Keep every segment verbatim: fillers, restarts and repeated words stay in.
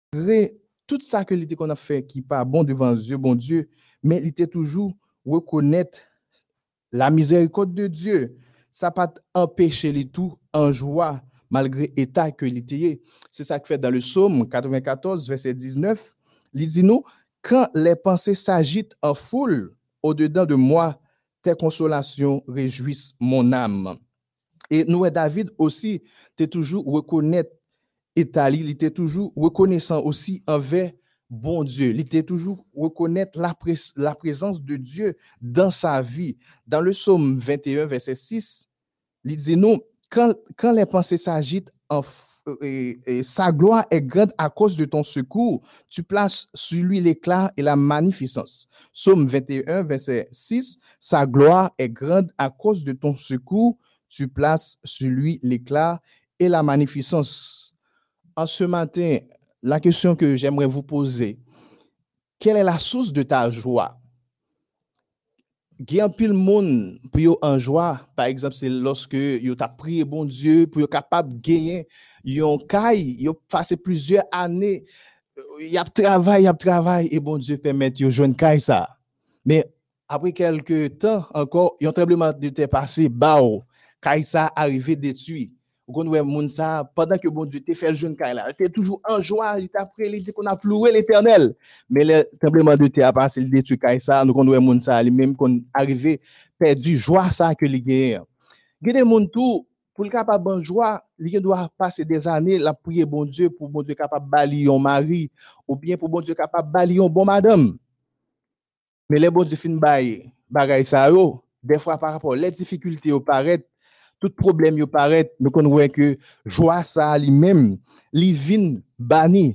tout ça que l'été qu'on a fait qui pas bon devant Dieu, bon Dieu, mais il était toujours reconnaître la miséricorde de Dieu. Ça pas empêcher les tout en joie malgré l'état que l'été. C'est ça que fait dans le psaume quatre-vingt-quatorze, verset dix-neuf. Il dit nous, quand les pensées s'agitent en foule au-dedans de moi, tes consolations réjouissent mon âme. Et nous, David aussi, tu toujours reconnaître Italie, il était toujours reconnaissant aussi envers bon Dieu. Il était toujours reconnaître la, pré- la présence de Dieu dans sa vie. Dans le psaume vingt et un, verset six, il dit non, quand, quand les pensées s'agitent, en, et, et sa gloire est grande à cause de ton secours. Tu places sur lui l'éclat et la magnificence. Psaume vingt et un, verset six, sa gloire est grande à cause de ton secours. Tu places sur lui l'éclat et la magnificence. En ce matin, la question que j'aimerais vous poser, quelle est la source de ta joie? Il y a un pile monde pour yo en joie, par exemple, c'est lorsque yo t'a prié bon Dieu pour yo capable de gagner yon caille, yo passé plusieurs années, y a travail, y a travail et bon Dieu permet yo joindre caille ça. Mais après quelques temps encore, yon tremblement de terre passé, bao, caille ça arrivé détruit. Vous connaissez moun ça pendant que bon Dieu t'a fait le jeune caille là, était toujours en joie, il t'a prié, il dit qu'on a pleuré l'Éternel. Mais le tremblement de terre a passé, il détruit caille ça, nous connaissons moun ça lui-même qu'on arrivé perdu joie ça que il gagne. Il y a des moun tout pour le capable de joie, il doit passer des années la prier bon Dieu pour bon Dieu capable bali un mari ou bien pour bon Dieu capable bali un bon madame. Mais les bon Dieu fin bail bagay ça yo, des fois par rapport les difficultés au paraît, tout problème yo paraît, nous connaissons que joie ça lui-même, li vin bani.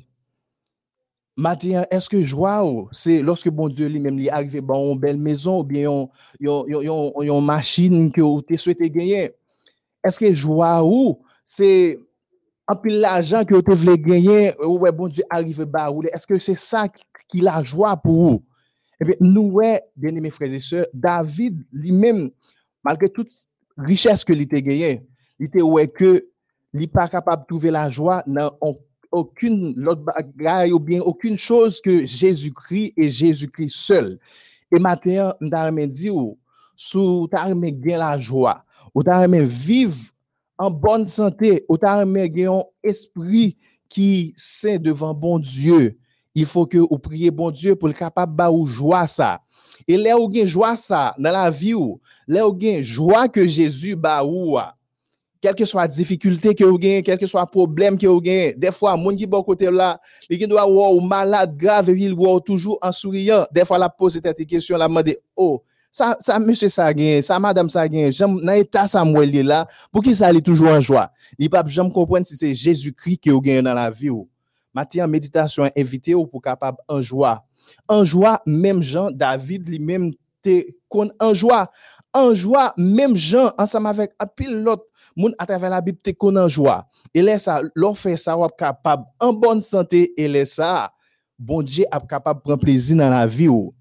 Matin, est-ce que joie c'est lorsque bon Dieu lui-même lui arrive bon une belle maison ou bien yon yon yon yon machine que tu souhaité gagner? Est-ce que joie ou c'est en pile l'argent que tu voulais gagner ouais bon Dieu arrive ba ou est-ce que c'est ça qui la joie pour vous? Eh bien nous ouais bien aimés frères et sœurs, David lui-même malgré toute richesse que il était gagné, il était ouais que il pas capable de trouver la joie dans aucune l'autre bagaille ou bien aucune chose que Jésus-Christ et Jésus-Christ seul. Et maintenant, m'ta remen di ou, sou ta remen gen la joie, ou ta remen vivre en bonne santé, ou ta remen gen un esprit qui saint devant bon Dieu. Il faut que ou prier bon Dieu pour le capable ba ou joie ça. Et là ou gen joie ça dans la vie ou, là ou gen joie que Jésus ba ou a. Quelle que soit la difficulté que vous gagnez, quel que soit le problème que vous gagnez, des fois, moun qui bon côté là, il doit ou malade grave et il voit toujours en souriant. Des fois, la pose cette question, la demande, oh, ça, ça, monsieur, ça gagne, ça, madame, ça gagne, j'aime, dans l'état, ça mouille là, pour qui ça allait toujours en joie? Il pas jamais comprendre si c'est Jésus-Christ que vous gagnez dans la vie ou. Maintenant, méditation invité ou pour capable en joie. En joie, même Jean, David, lui-même, te kon en joie. En joie, même Jean, ensemble avec un pilote, moun à travers la Bible te kon en joie. Et là ça, l'on fait ça ou capable en bonne santé et là ça, bon Dieu est capable de prendre plaisir dans la vie ou.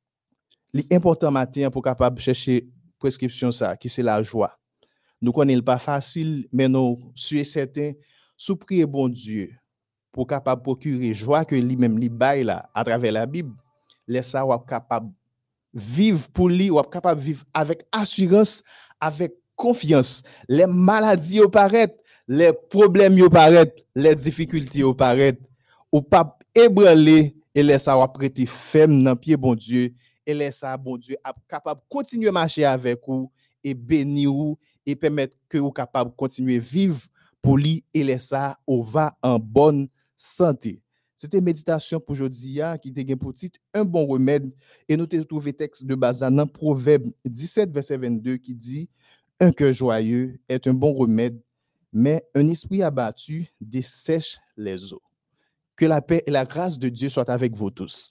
L'important matin pour capable chercher prescription ça qui c'est la joie. Nous connaissons pas facile mais nous suis certain sous prier bon Dieu pour capable procurer joie que lui-même li bail là à travers la Bible, laisse ça ou capable vivre pour lui ou capable vivre avec assurance, avec confiance. Les maladies au paraît, les problèmes au paraît, les difficultés au paraît, ou pas ébranler et laisse ça ou prêter ferme dans pied bon Dieu et laisse ça bon Dieu capable continuer marcher avec vous et bénir vous et permettre que vous capable continuer vivre pour lui et laisse ça ou va en bonne santé. C'était méditation pour aujourd'hui qui était pour titre un bon remède et nous avons trouvé texte de base dans Proverbe dix-sept verset vingt-deux qui dit un cœur joyeux est un bon remède mais un esprit abattu dessèche les eaux. Que la paix et la grâce de Dieu soient avec vous tous.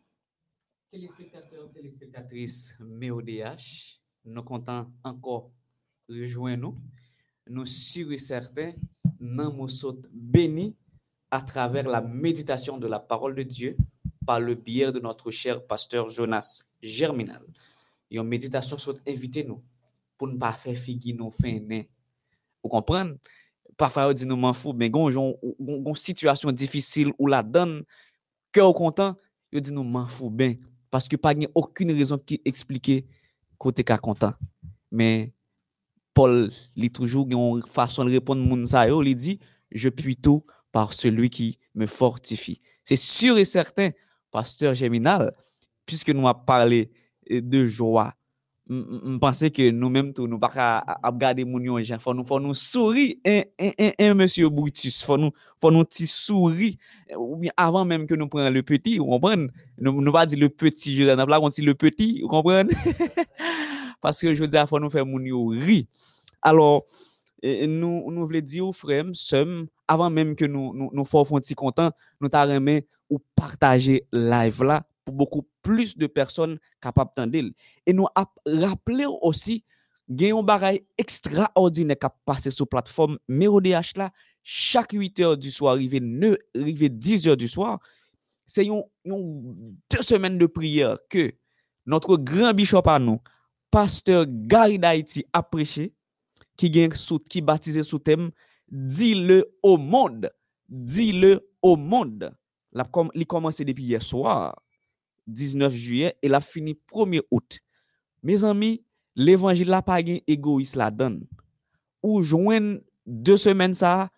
Téléspectateurs, téléspectatrices M O D H, nous comptons encore rejoindre nous. Nous sûrs et certains, nous nous sommes bénis à travers la méditation de la parole de Dieu par le biais de notre cher pasteur Jonas Germinal. Et en méditation, soit invité nous pour ne pas faire figuer nos fins. Vous comprenez? parfois on dit nous m'en fous, mais gon gon gon situation difficile ou la donne cœur content, yo dit nous m'en fous ben parce que pas aucune raison qui expliquer côté ka content. Mais Paul, il toujours une façon de répondre moun sa yo, il dit je puis tout par celui qui me fortifie. C'est sûr et certain, pasteur Germinal, puisque nous avons parlé de joie, je pensais que nous-mêmes, nous ne pouvons pas regarder moun yon gens, faut nous faut nous sourire, un, un, un, un monsieur Brutus, faut nous faut nous petit sourire, ou bien avant même que nous prenions le petit, vous comprenez? Nous ne pas dire le petit, je n'ai pas dit le petit, vous comprenez? Parce que je veux dire, faut nous faire moun yon rire. Alors, nous nous voulons dire aux frères, sœurs, avant même que nous nous nous fassions un petit content, nous t'arrêter ou partager live là pour beaucoup plus de personnes capables d'entendre. Et nous rappeler aussi qu'il y a un bagage extraordinaire qui passe sur la plateforme Mero D H là chaque huit heures du soir arrivé neuf arrivé dix heures du soir. C'est une, une deux semaines de prière que notre grand bishop à nous, pasteur Gary d'Haïti a prêché qui gagne sous qui baptisé sous thème dis-le au monde, dis-le au monde. La com, il commencé depuis hier soir dix-neuf juillet et l'a fini premier août. Mes amis, l'évangile la pas gain égoïste la donne. Ou joindre deux semaines ça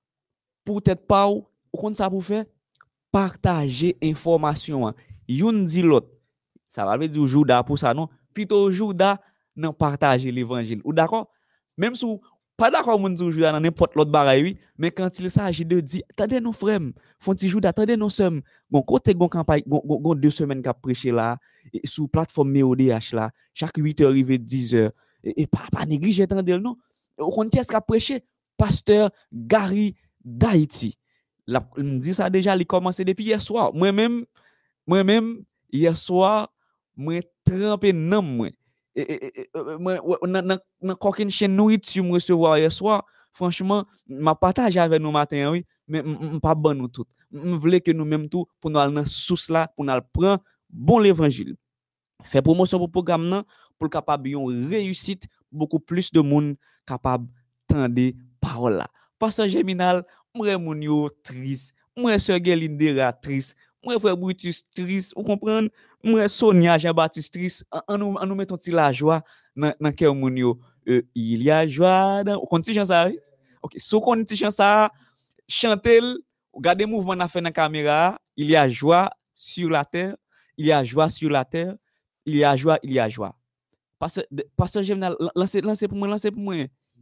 pour peut-être pas ou comme ça pour faire partager information. Youn dit l'autre. Ça va dire Judas pour ça non, plutôt Judas non partager l'évangile. Ou d'accord? Même si pas d'accord moun toujours dans n'importe l'autre bagaille oui, mais quand il s'agit de dire attendez nos frères, font ti jour attendez nos sœurs, bon côté gon campagne gon deux semaines qu'a prêché là et sous plateforme Mero D H là, chaque huit heures arrivé dix heures et, et pas pas négliger attendez non. On qui est-ce qu'a prêché pasteur Gary d'Haïti. La me dit ça déjà, il commencé depuis hier soir. Moi même moi même hier soir moi trempé nan moi et dans coquine chaîne nourriture me recevoir hier soir franchement m'a partagé avec nous matin oui mais pas bon nous tout me voulais que nous même tout pour nous aller dans source là pour nous prendre bon l'évangile faire promotion pour programme là pour capable une réussite beaucoup plus de monde capable tendre parole là pasteur Germinal moi moun yo triste moi sœur Gelindera triste moi frère Brutus triste vous comprenez moi Sonia Jean-Baptiste triste en nous en nous mettons ti la joie dans dans cœur moun yo euh, il y a joie dans on ti chanson ça OK so kon ti chanson ça chantel regardez mouvement n'a fait dans caméra il y a joie sur la terre il y a joie sur la terre il y a joie il y a joie parce parce que j'aime lancer lancer pour moi lancer pour moi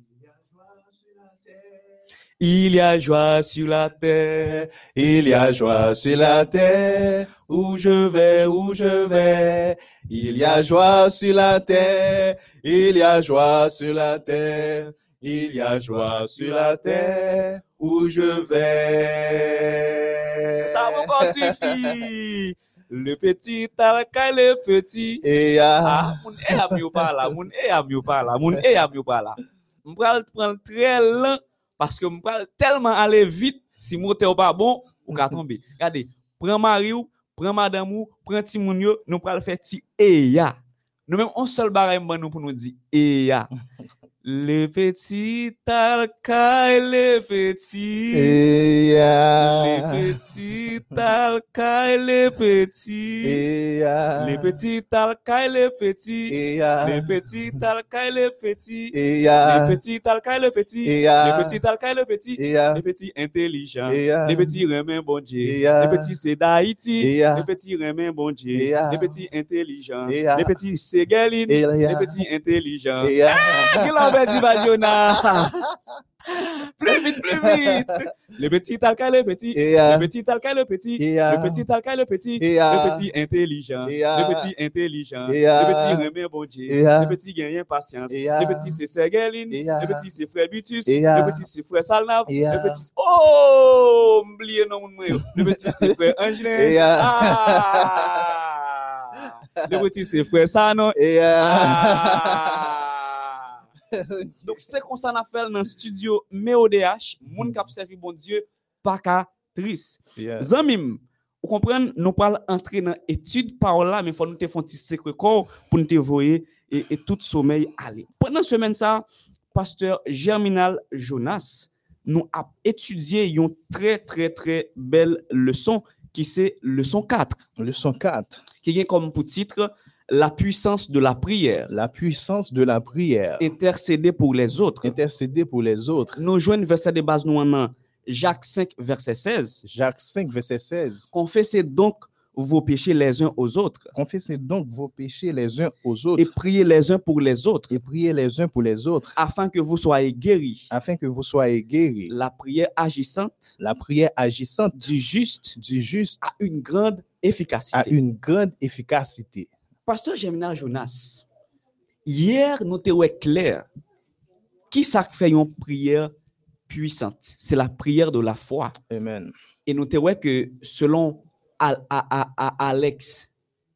il y a joie sur la terre, il y a joie sur la terre, où je vais, où je vais. Il y a joie sur la terre, il y a joie sur la terre, il y a joie sur la terre, où je vais. Ça va pas suffire. Le petit talca, le petit. Et ah, mon e a mieux pas là, mon e a mieux pas là, mon e a mieux pas là. On va prendre très lent. Parce que je parle tellement aller vite, si moteur pas bon, on va tomber. Regardez, prends Mariou, prends madame ou, prends Timounio, nous pral faire ti eya. Nous même un seul bagaille nous pour nous dire eya. Le petit talca, le petit. Eya. Le petit talca, le petit. Eya. Le petit talca, le petit. Eya. Le petit talca, le petit. Eya. Le petit talca, le petit. Eya. Le petit talca, le petit. Eya. Le petit intelligent. Eya. Le petit remen bon Dieu. Eya. Le petit c'est d'Haïti. Eya. Le petit remen bon Dieu. Eya. Le petit intelligent. Eya. Le petit c'est Galine. Le petit intelligent. Eya. Dit Bajona. Plus vite, plus vite. Le petit talca, le petit. Yeah. Le petit talca, le petit. Yeah. Le petit talca, le petit. Yeah. Le petit intelligent. Yeah. Le petit intelligent. Yeah. Le petit remet bon Dieu. Yeah. Le petit gagne patience. Yeah. Le petit c'est Sergeline. Yeah. Le petit c'est frère Butus. Yeah. Le petit c'est frère Salnav. Yeah. Le petit oh, m'oublier non mon le petit c'est frère Angelin. Yeah. Ah. Le petit c'est frère Sano. Yeah. Ah. Donc c'est comme ça n'a fait dans studio Mero D H, moun k'ap servi bon Dieu pas ka triste. Zamim, vous comprenez, nous parle entrer dans étude parole là mais faut nous te font petit secret corps pour nous te voyer et, et tout sommeil aller. Pendant semaine ça, pasteur Germinal Jonas nous avons étudié une très, très, très belle leçon qui c'est leçon quatre. Leçon quatre. Qui est comme pour titre la puissance de la prière. La puissance de la prière. Intercéder pour les autres. Intercéder pour les autres. Nous jouons verset de base nous en Jacques cinq, verset seize. Jacques cinq, verset seize. Confessez donc vos péchés les uns aux autres. Confessez donc vos péchés les uns aux autres. Et priez les uns pour les autres. Et priez les uns pour les autres. Afin que vous soyez guéris. Afin que vous soyez guéris. La prière agissante. La prière agissante du juste. Du juste. A une grande efficacité. A une grande efficacité. Pasteur Geminal Jonas, hier nous t'es clair. Qui ça fait une prière puissante? C'est la prière de la foi. Amen. Et nous t'es que selon Al, a, a, a, Alex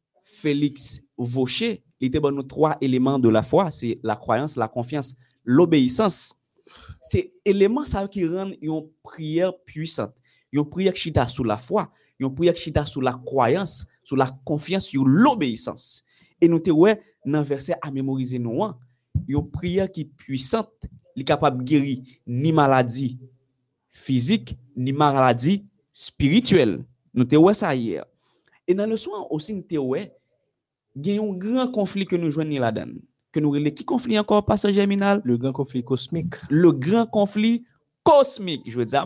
Félix Vaucher, il était bon nos trois éléments de la foi, c'est la croyance, la confiance, l'obéissance. C'est éléments ça qui rendent une prière puissante. Une prière qui chita sous la foi, une prière qui chita sous la croyance, sous la confiance, sur l'obéissance. Et nous te ouais dans verset à mémoriser nous, une prière qui est puissante, qui est capable de guérir ni maladie physique, ni maladie spirituelle. Nous te ouais ça hier. Et dans le soir aussi nous te ouais il y a un grand conflit que nous joignons là-dedans. Que nous relève qui conflit encore pasteur Geminal? Le grand conflit cosmique. Le grand conflit cosmique. Je veux dire,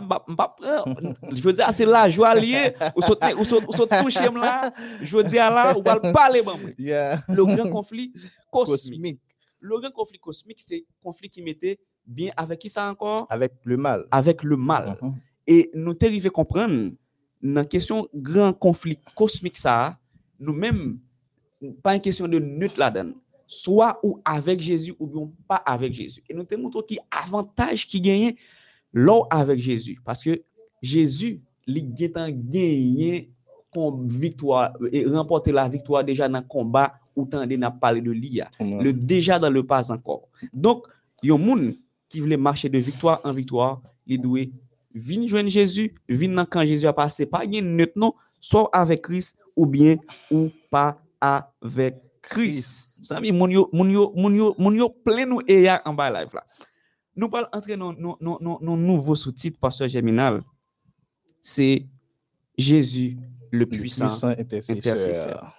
je veux dire c'est la joie liée ou saute ou saute ou saute toucher là, je veux dire là, on va parler yeah. Le grand conflit cosmique. cosmique. Le grand conflit cosmique, c'est conflit qui mettait bien avec qui ça encore? Avec le mal. Avec le mal. Mm-hmm. Et nous t'arriver comprendre dans question grand conflit cosmique ça, nous-mêmes pas une question de neutre là-dedans. Soit ou avec Jésus ou bien pas avec Jésus. Et nous te montrons qui avantage qui gagne là avec Jésus parce que Jésus il a gagné comme victoire et remporter la victoire déjà dans le combat où tandis n'a parlé de l'I A. Mm-hmm. Le déjà dans le pas encore. Donc, il y a monde qui voulait marcher de victoire en victoire, il doit venir joindre Jésus, venir quand Jésus a passé pas gagne neutre non, soit avec Christ ou bien ou pas avec Christ. Vous savez, mon yo, mon yo, mon yo, mon yo plein nous et en bas live là. Nous parlons entrer dans nos nouveaux sous-titres, pasteur Geminal. C'est Jésus le puissant, le puissant intercesseur. intercesseur.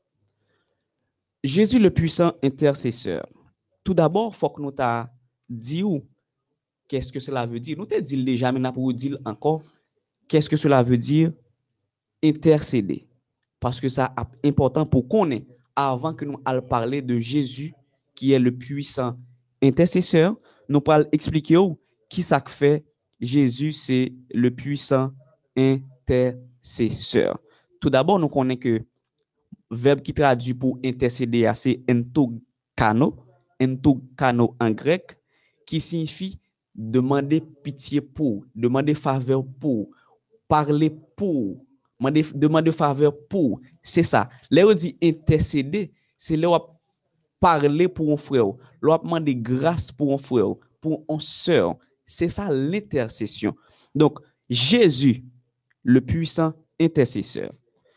Jésus le puissant intercesseur. Tout d'abord, faut que nous t'a dit où qu'est-ce que cela veut dire. Nous t'a dit déjà, mais pour dire encore qu'est-ce que cela veut dire intercéder. Parce que ça est important pour qu'on ait, avant que nous allons parler de Jésus, qui est le puissant intercesseur, nous allons expliquer qui ça fait Jésus, c'est le puissant intercesseur. Tout d'abord, nous connaissons que le verbe qui traduit pour intercéder, c'est entokano, entokano en grec, qui signifie demander pitié pour, demander faveur pour, parler pour, demander faveur pour. C'est ça. Là, on dit intercéder, c'est là où parler pour un frère, là où demander grâce pour un frère, pour une sœur. C'est ça l'intercession. Donc, Jésus, le puissant intercesseur.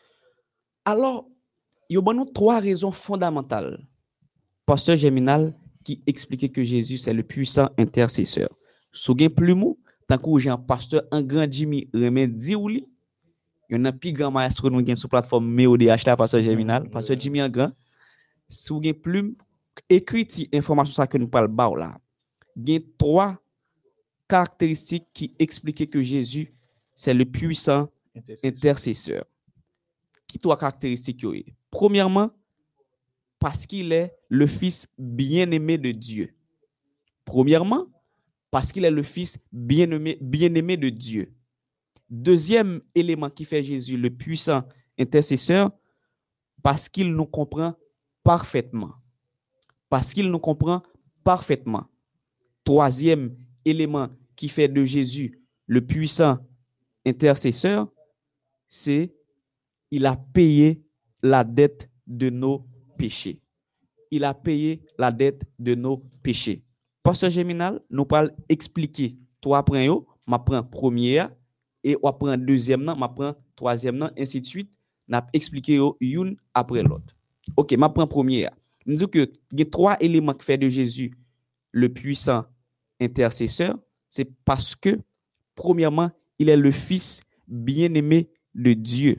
Alors, il y a trois raisons fondamentales. Pasteur Geminal qui expliquait que Jésus, c'est le puissant intercesseur. Si vous avez plus mou, tant que j'ai un pasteur, un grand Jimmy Remedi ou li, il y a un plus grand maestro nous gagne sur plateforme M O D H là, pasteur Geminal, pasteur Jimmy en grand. Si vous avez plus écrit information ça que nous parle bas là. Il y a trois caractéristiques qui expliquent que Jésus, c'est le puissant intercesseur. intercesseur. Qui trois caractéristiques yo? Premièrement, parce qu'il est le fils bien-aimé de Dieu. Premièrement, parce qu'il est le fils bien-aimé, bien-aimé de Dieu. Deuxième élément qui fait Jésus le puissant intercesseur, parce qu'il nous comprend parfaitement. Parce qu'il nous comprend parfaitement. Troisième élément qui fait de Jésus le puissant intercesseur, c'est il a payé la dette de nos péchés. Il a payé la dette de nos péchés. Pasteur Geminal, nous parle expliquer trois points yo, m'a prend première et on prend deuxième nan, m'a prend troisième nan, ainsi de suite, n'a expliqué yo une après l'autre. OK, m'a prend première. Nous dit que il y a trois éléments qui fait de Jésus le puissant intercesseur, c'est parce que Premièrement, il est le Fils bien-aimé de Dieu.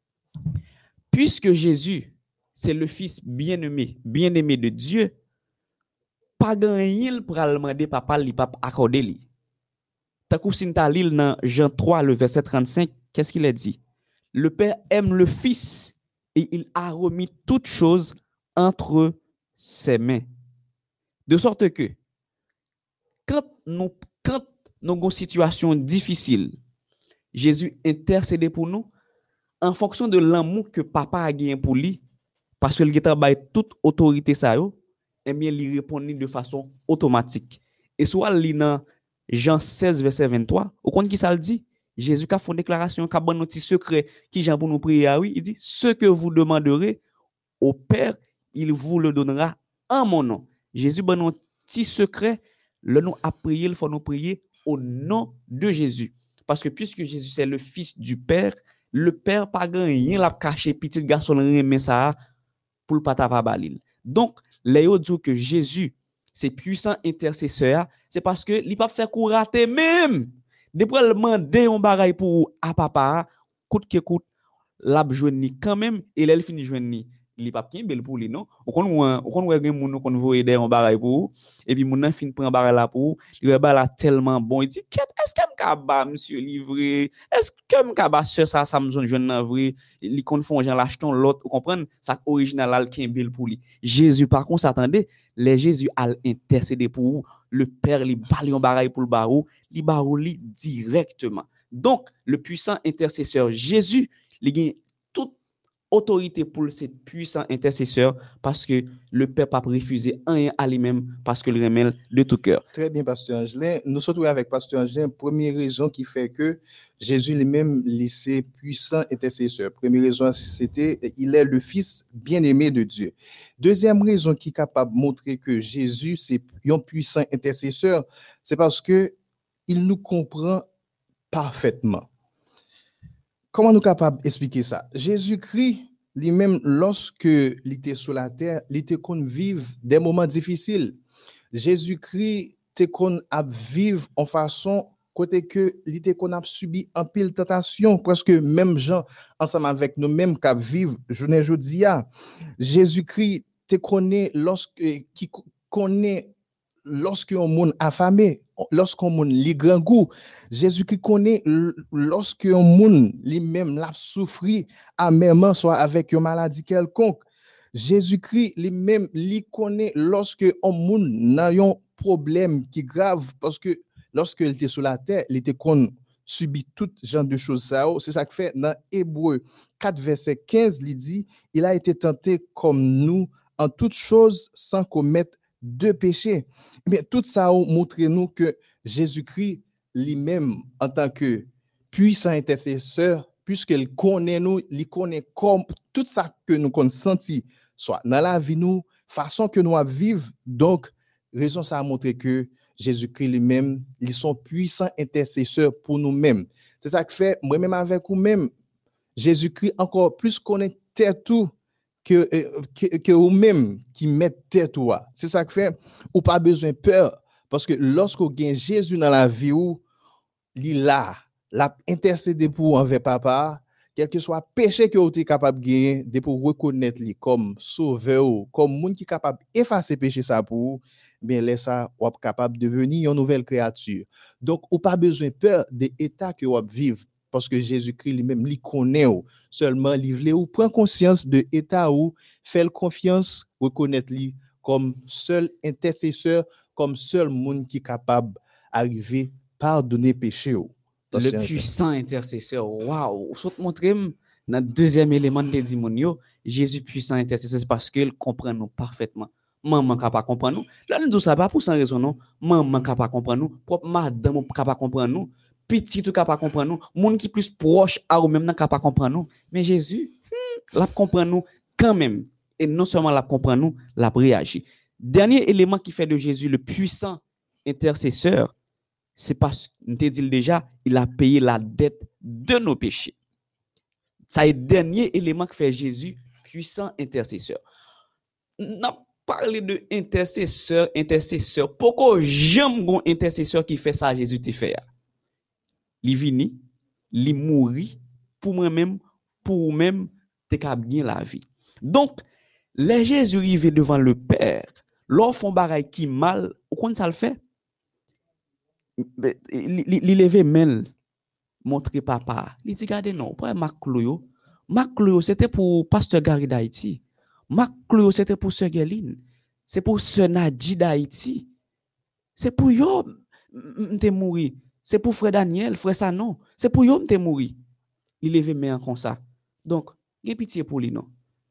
Puisque Jésus, c'est le Fils bien-aimé, bien-aimé de Dieu, pas grand-chose pour demander papa li pas accorder li. Tant que si nous lis dans Jean trois, le verset trente-cinq, qu'est-ce qu'il a dit? Le Père aime le Fils et il a remis toutes choses entre ses mains. De sorte que, quand nous, quand nous avons une situation difficile, Jésus intercède pour nous en fonction de l'amour que papa a gagné pour lui, parce que il a toute autorité, ça, et bien, il répond de façon automatique. Et soit li dans Jean seize, verset vingt-trois, au compte qui ça le dit, Jésus a fait une déclaration, qui a un petit secret qui Jean pour nous prier, oui, il dit, ce que vous demanderez au Père, il vous le donnera en mon nom. Jésus a un petit secret, le nom à prier, il faut nous prier au nom de Jésus. Parce que puisque Jésus c'est le Fils du Père, le Père pas rien l'a caché petit garçon remet ça pour le patava balil. Donc, les dit que Jésus c'est puissant intercesseur, c'est parce que il pas faire rater même. Depuis le demander un bagay pour à papa, coûte que coûte, l'a joindre quand même et là il finit joindre il pas bien belle pour lui non on connait on connait gen moun qu'on veut aider un bagay pour et puis moun nan fin prend bagay là pour il va là tellement bon il dit est-ce que m'ka ba monsieur livré est-ce que m'ka ba sœur ça ça me joindre nan vrai il confond Jean l'acheton l'autre vous comprendre ça original là qui belle pour lui Jésus par contre s'attendait les Jésus a intercéder pour le Père li bali un bagay pour le barou li barou li directement donc le puissant intercesseur Jésus il gagne autorité pour cette puissant intercesseur parce que le Père n'a pas refusé rien à lui-même parce que le remet de tout cœur. Très bien, Pasteur Angelin. Nous sommes avec Pasteur Angelin. Première raison qui fait que Jésus lui-même laissé puissant intercesseur. Première raison, c'était il est le Fils bien-aimé de Dieu. Deuxième raison qui est capable de montrer que Jésus c'est un puissant intercesseur, c'est parce que il nous comprend parfaitement. Comment nous sommes capables d'expliquer ça? Jésus-Christ, lui-même, lorsque il était sur la terre, il était qu'on vive des moments difficiles. Jésus-Christ était qu'on a vivre en façon côté que il était qu'on a subi un pile tentation, presque même gens ensemble avec nous-mêmes qui vivent journée jodia. Jésus-Christ te connaît lorsque qui connaît lorsque un monde affamé, lorsqu'un monde li grand goût, Jésus qui connaît lorsque un monde lui-même l'a souffri amèrement soit avec une maladie quelconque. Jésus-Christ lui-même li connaît lorsque un monde n'a un problème qui grave parce que lorsque il était sur la terre, il était qu'on subit tout genre de choses ça. C'est ça que fait dans Hébreux quatre verset quinze, il dit il a été tenté comme nous en toutes choses sans commettre de péché. Mais tout ça montre nous que Jésus-Christ lui-même en tant que puissant intercesseur, puisqu'il connaît nous, il connaît comme tout ça que nous avons senti, soit dans la vie nous, façon que nous vivons. Donc, raison ça a montré que Jésus-Christ lui-même, ils sont puissants intercesseurs pour nous-mêmes. C'est ça que fait, moi-même avec vous-même, Jésus-Christ encore plus connaît tout que que, que vous-même qui mettez toi. C'est ça que fait ou pas besoin de peur parce que lorsque vous gagnez Jésus dans la vie où il là, l'a intercédé pour envers papa, quel que soit péché que vous êtes capable de gagner, de pour reconnaître lui comme sauveur, comme monde qui est capable d'effacer péché ça pour bien laisse ça ou capable de devenir une nouvelle créature. Donc ou pas besoin de peur de l'état que vous vivez parce que Jésus-Christ lui-même lui connaît ou seulement livrer ou prend conscience de état ou faire confiance reconnaître lui comme seul intercesseur comme seul monde qui est capable d'arriver pardonner péché ou le puissant intercesseur waouh saute montrer dans deuxième élément de démonio Jésus puissant intercesseur c'est parce qu'il comprend nous parfaitement maman capable comprendre nous là nous ça pas pour sans raison non maman capable comprendre nous propre madame capable comprendre nous petit tout capable comprendre nous monde qui plus proche à ou même capable comprendre nous mais Jésus hmm, l'a comprendre nous quand même et non seulement l'a comprendre nous l'a réagi dernier élément qui fait de Jésus le puissant intercesseur c'est parce que nous te dit déjà il a payé la dette de nos péchés ça est le dernier élément qui fait Jésus puissant intercesseur n'a parlé de intercesseur intercesseur pourquoi jamais un intercesseur qui fait ça Jésus te fait li vini, li mouri pour moi-même, pour même te ka bien la vie. Donc, les Jésus arrivé devant le Père, l'or font bagay qui mal, ou kon ça le fait? Li levé men, montre papa. Li dit gade non, pour Mac Cloyo. Mac Cloyo c'était pour pasteur Gary d'Haïti. Mac Cloyo c'était pour sœur Geline. C'est pour sœur Nadji d'Haïti. C'est pour yo m'te mouri. C'est pour frère Daniel, frère Sanon. C'est pour yo m'te mouri. Il levé men comme ça. Donc, gen pitié pour lui non.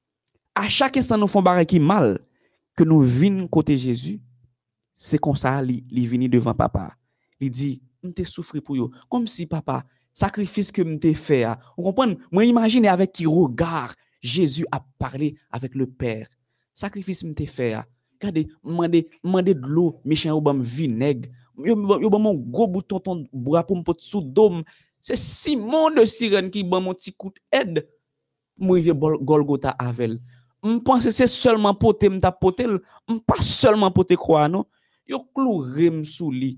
À chaque instant nous font barre qui mal que nous vinn côté Jésus, c'est comme ça li, li vini devant papa. Il dit m'te souffri pour yo comme si papa sacrifice que m'te fait. Vous comprenez? Moi imagine avec qui regard Jésus a parlé avec le Père. Sacrifice m'te fait. Regardez, mandé mandé de l'eau, méchant ou bam vinaigre. Yo yo bam mon gros bouton ton bras pour me pot sous dôme. C'est Simon de Cyrène qui bam mon petit coup d'aide. Moi rive Golgotha avec. Je pense que c'est seulement poté m'ta poté, pas seulement poté croix non. Yo cloué sous lit.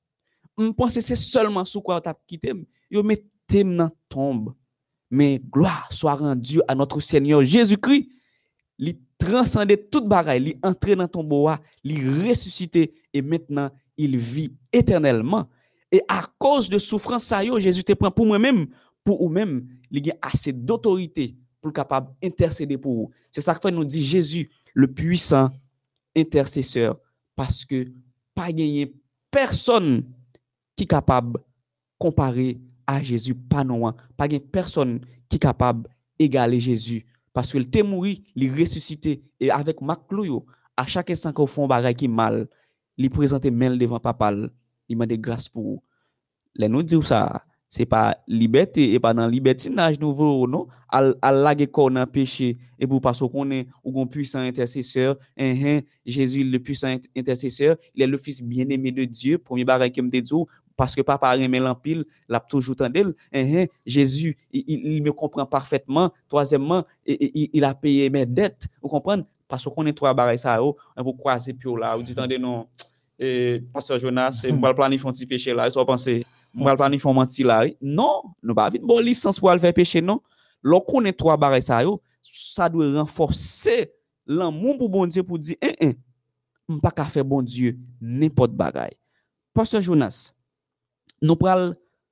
Je pense que c'est seulement sous quoi t'a quitté, yo metté dans tombe. Mais gloire soit rendue à notre Seigneur Jésus-Christ. Il transcendait toute bagaille, il entré dans ton bois, il ressuscité et maintenant il vit éternellement. Et à cause de souffrance ça yo, Jésus te prend pour moi-même, pour ou même, il a assez d'autorité pour capable intercéder pour vous. C'est ça que fait nous dit Jésus, le puissant intercesseur, parce que pas gagné personne qui est capable de comparer à Jésus, pas non, pas gagné personne qui est capable d'égaler Jésus. Parce qu'il t'est mort, il ressuscité et avec Maclouyo, à chaque instant qu'on fait un bagage qui mal, il présente mail devant papa, il m'a de grâce pour vous. Les nous dire ça, c'est pas liberté et pas dans libertinage nouveau non, à à laguer corps dans péché et pour parce qu'on est ou un puissant intercesseur, hein, Jésus le puissant intercesseur, il est le fils bien-aimé de Dieu, premier bagage que me dit parce que papa remet l'empile, l'a toujours tendel, hein, Jésus il, il, il me comprend parfaitement. Troisièmement, il, il a payé mes dettes, vous comprenez? Parce qu'on est trois bagages ça on pour croiser puis là, ou dit tendez non et pasteur Jonas, c'est pas planifier un petit péché là, ça penser moi pas ni font mentir là. Non, nous pas vite bon licence pour aller faire péché non. Lorsqu'on est trois barres ça yo, ça doit renforcer l'amour pour bon Dieu pour dire hein hein, on pas qu'à faire bon Dieu n'importe bagaille. Pasteur Jonas, nous pral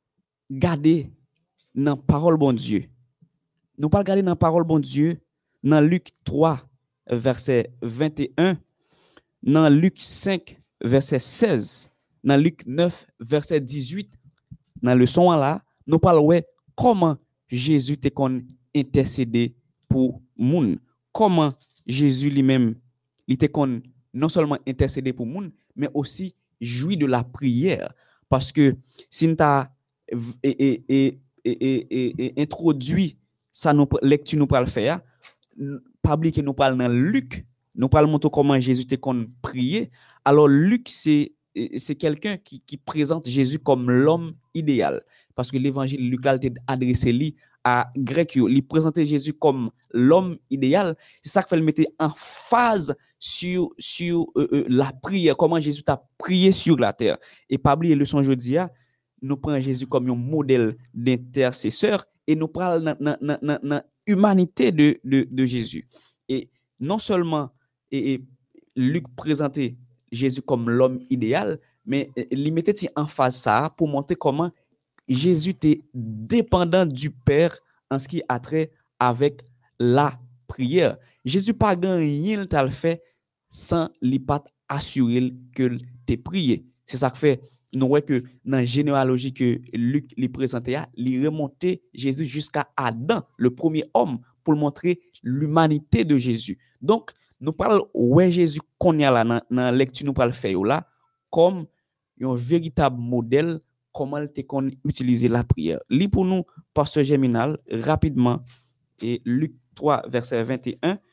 garder dans parole bon Dieu. Nous pral garder dans parole bon Dieu dans Luc trois verset vingt et un, dans Luc cinq verset seize, dans Luc neuf verset dix-huit. Dans le son là, nous parlons comment Jésus te kon intercédé pour moun. Comment Jésus lui-même, il te kon non seulement intercédé pour moun, mais aussi joui de la prière. Parce que si nous t'a et, et, et, et, et, introduit ça nous lecture nous parle faire, pas oublier que nous parlons dans Luc, nous parlons montrer comment Jésus te kon prier. Alors Luc c'est c'est quelqu'un qui, qui présente Jésus comme l'homme idéal. Parce que l'évangile Luc a été adressé lui à grec, il présentait Jésus comme l'homme idéal. C'est ça qui fait le mettre en phase sur, sur euh, euh, la prière, comment Jésus a prié sur la terre. Et pas oublier le son jeudi, nous prenons Jésus comme un modèle d'intercesseur et nous parlons de l'humanité de, de, de Jésus. Et non seulement et, et Luc présentait Jésus comme l'homme idéal, mais il mettait en face ça pour montrer comment Jésus était dépendant du Père en ce qui a trait avec la prière. Jésus pas rien t'a fait sans lui pas assurer que t'es prié. C'est ça que fait nous voyons que dans la généalogie que Luc lui présentait, il remontait Jésus jusqu'à Adam, le premier homme, pour montrer l'humanité de Jésus. Donc nous parlons ouais Jésus qu'on y a là dans la lecture nous parlons faire là comme un véritable modèle comment il qu'on utiliser la prière. Lis pour nous pasteur Germinal rapidement et Luc trois verset vingt et un,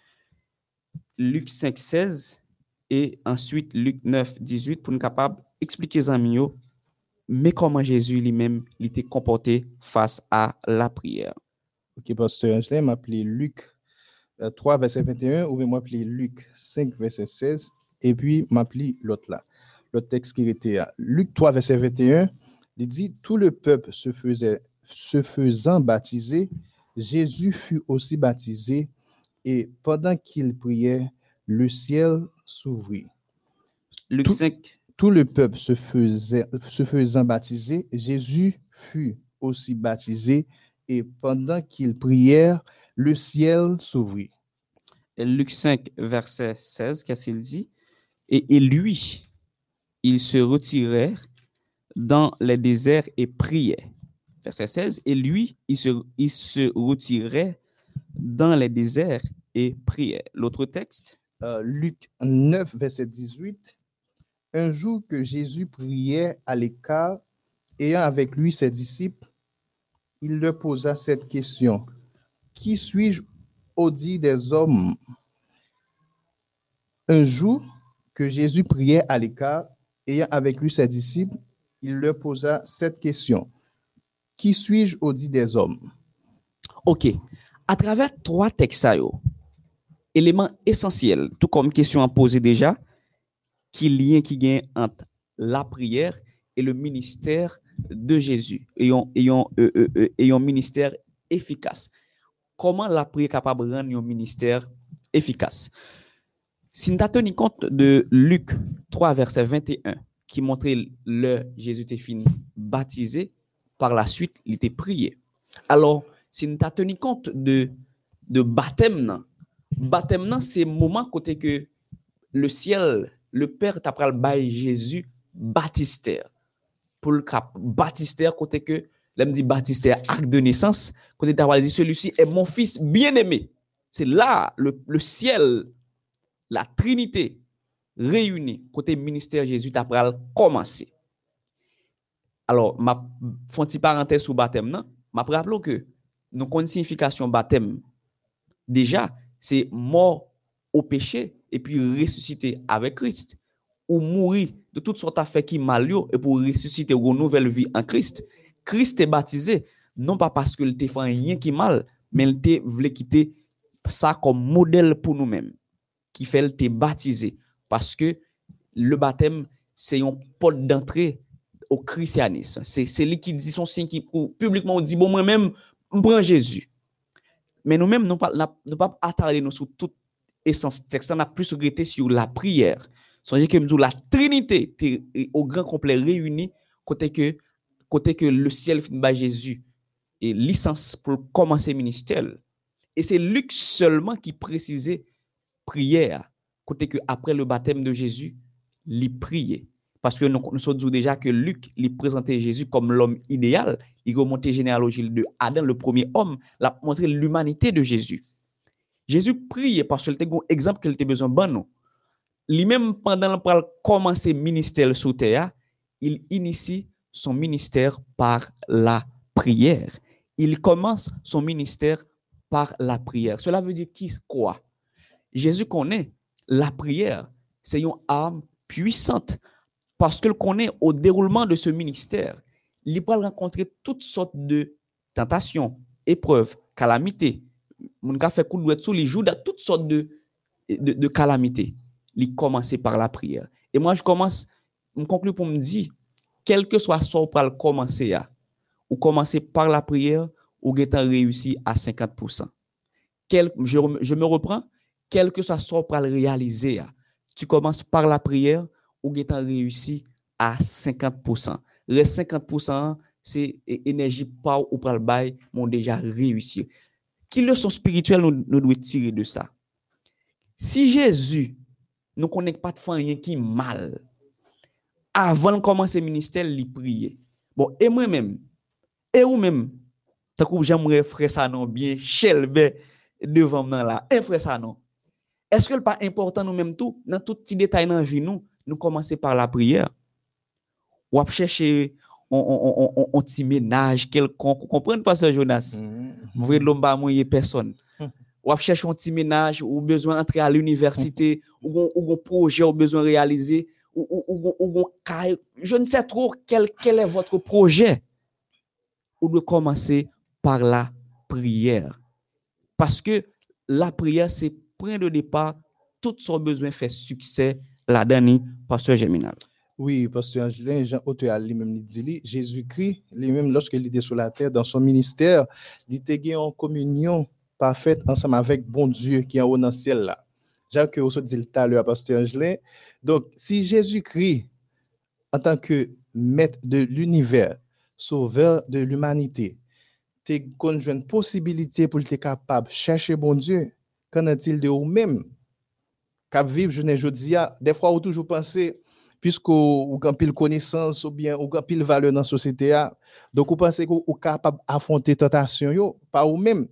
Luc cinq seize et ensuite Luc neuf dix-huit pour nous capable expliquer amis yo mais comment Jésus lui-même il était comporté face à la prière. OK pasteur Angela m'a appelé Luc trois verset vingt et un ou bien m'appeler Luc cinq verset seize et puis m'appeler l'autre là l'autre texte qui était Luc trois verset vingt et un Il dit, tout le peuple se faisait, se faisant baptiser, Jésus fut aussi baptisé et pendant qu'il priait, le ciel s'ouvrit. Luc Tout, cinq, tout le peuple se, faisait, se faisant baptiser, Jésus fut aussi baptisé et pendant qu'il priait, le ciel s'ouvrit. Luc cinq, verset seize, qu'est-ce qu'il dit? Et, et lui, il se retirait dans les déserts et priait. Verset seize, et lui, il se, il se retirait dans les déserts et priait. L'autre texte? Euh, Luc neuf, verset dix-huit. Un jour que Jésus priait à l'écart, ayant avec lui ses disciples, il leur posa cette question. Qui suis-je au dit des hommes? Un jour que Jésus priait à l'écart, ayant avec lui ses disciples, il leur posa cette question. Qui suis-je au dit des hommes? OK. À travers trois textes, élément essentiel, tout comme question à poser déjà, qui lien qui gagne entre la prière et le ministère de Jésus, ayant ayant euh, euh, euh, ayant ministère efficace. Comment la prière est capable de rendre un ministère efficace? Si nous tenons compte de Luc trois, verset vingt et un, qui montrait le Jésus était fini baptisé, par la suite, il était prié. Alors, si nous tenons compte de, de baptême, baptême, c'est le moment côté que le ciel, le Père t'a pral bail Jésus baptistère. Pour le cap baptistère, côté que, là me dit baptistère, acte de naissance, côté t'a dit celui-ci est mon fils bien-aimé. C'est là, le, le ciel, la Trinité réunie, côté ministère Jésus t'a pral commencer. Alors, ma font une parenthèse sur baptême, non? Ma rappelons que nous connaissons signification baptême. Déjà, c'est mort au péché et puis ressusciter avec Christ. Ou mourir de toutes sortes d'affaires qui mal et pour ressusciter une nouvelle vie en Christ. Christ est baptisé, non pas parce qu'il te fait rien qui mal, mais il te voulait quitter ça comme modèle pour nous-mêmes, qui fait te baptiser. Parce que le baptême, c'est une porte d'entrée au christianisme. C'est lui qui dit son signe qui publiquement dit, bon, moi-même, je prends Jésus. Mais nous-mêmes, nous ne pouvons pas attarder nous sur toute essence texte. On a plus regretté sur la prière. Songez que nous la Trinité est au grand complet réunie côté que côté que le ciel finit par Jésus et licence pour commencer le ministère. Et c'est Luc seulement qui précisait prière côté que après le baptême de Jésus, il priait. Parce que nous, nous sommes déjà que Luc il présentait Jésus comme l'homme idéal. Il remontait généalogie de Adam, le premier homme, l'a montré l'humanité de Jésus. Jésus priait parce qu'il était un exemple qu'il était besoin de bon. Lui-même, pendant qu'il commencer le ministère sur terre, il initie son ministère par la prière. Il commence son ministère par la prière. Cela veut dire qui, quoi? Jésus connaît la prière, c'est une arme puissante parce qu'il connaît au déroulement de ce ministère, il va rencontrer toutes sortes de tentations, épreuves, calamités. Mon gars fait coup de sous les jours de toutes sortes de, de, de calamités. Il commence par la prière. Et moi, je commence, je conclue pour me dire, quel que soit ce qu'on va commencer à, ou commencer par la prière, ou vous réussi à cinquante pour cent. Quel, je, je me reprends, quel que soit ce qu'on va réaliser, tu commences par la prière, ou vous réussi à cinquante pour cent. Les cinquante pour cent, c'est énergie pas ou par le bail, m'ont déjà réussi. Quelle leçon spirituelle nous, nous devons tirer de ça? Si Jésus ne connaît pas de rien qui mal, avant de commencer le ministère, il priait. Bon, et moi-même, et vous-même, tant que j'aimerais frère ça non bien, chelbe devant moi là, un frère ça non. Est-ce que le pas important nous-mêmes tout, dans tout petit détail dans la vie nous, nous commencer par la prière? Ou à chercher on on on on petit ménage quelconque, vous comprenez pas ça Jonas? Vous voyez l'homme pas moyen personne. Ou à chercher un petit ménage ou besoin d'entrer à l'université ou ou un projet ou besoin réaliser ou ou ou je ne sais trop quel quel est votre projet. Ou de commencer par la prière. Parce que la prière c'est point de départ, tout son besoin fait succès la dernière pasteur Germinal. Oui, pasteur Angelin, Jean auteur lui-même il dit, li, Jésus-Christ, lui-même, lorsqu'il était sur la terre, dans son ministère, il était en communion parfaite ensemble avec bon Dieu qui est en haut dans le ciel là. Jacques aussi dit tout à l'heure, pasteur Angelin. Donc, si Jésus-Christ, en tant que maître de l'univers, sauveur de l'humanité, tu as une possibilité pour être capable de chercher bon Dieu, qu'en est-il de vous-même? Cap vivre, je ne dis pas, des fois, on toujours penser, puisque vous avez pile connaissance ou bien vous avez pile valeur dans la société, donc vous pensez que vous êtes capable d'affronter tentation, pas vous-même.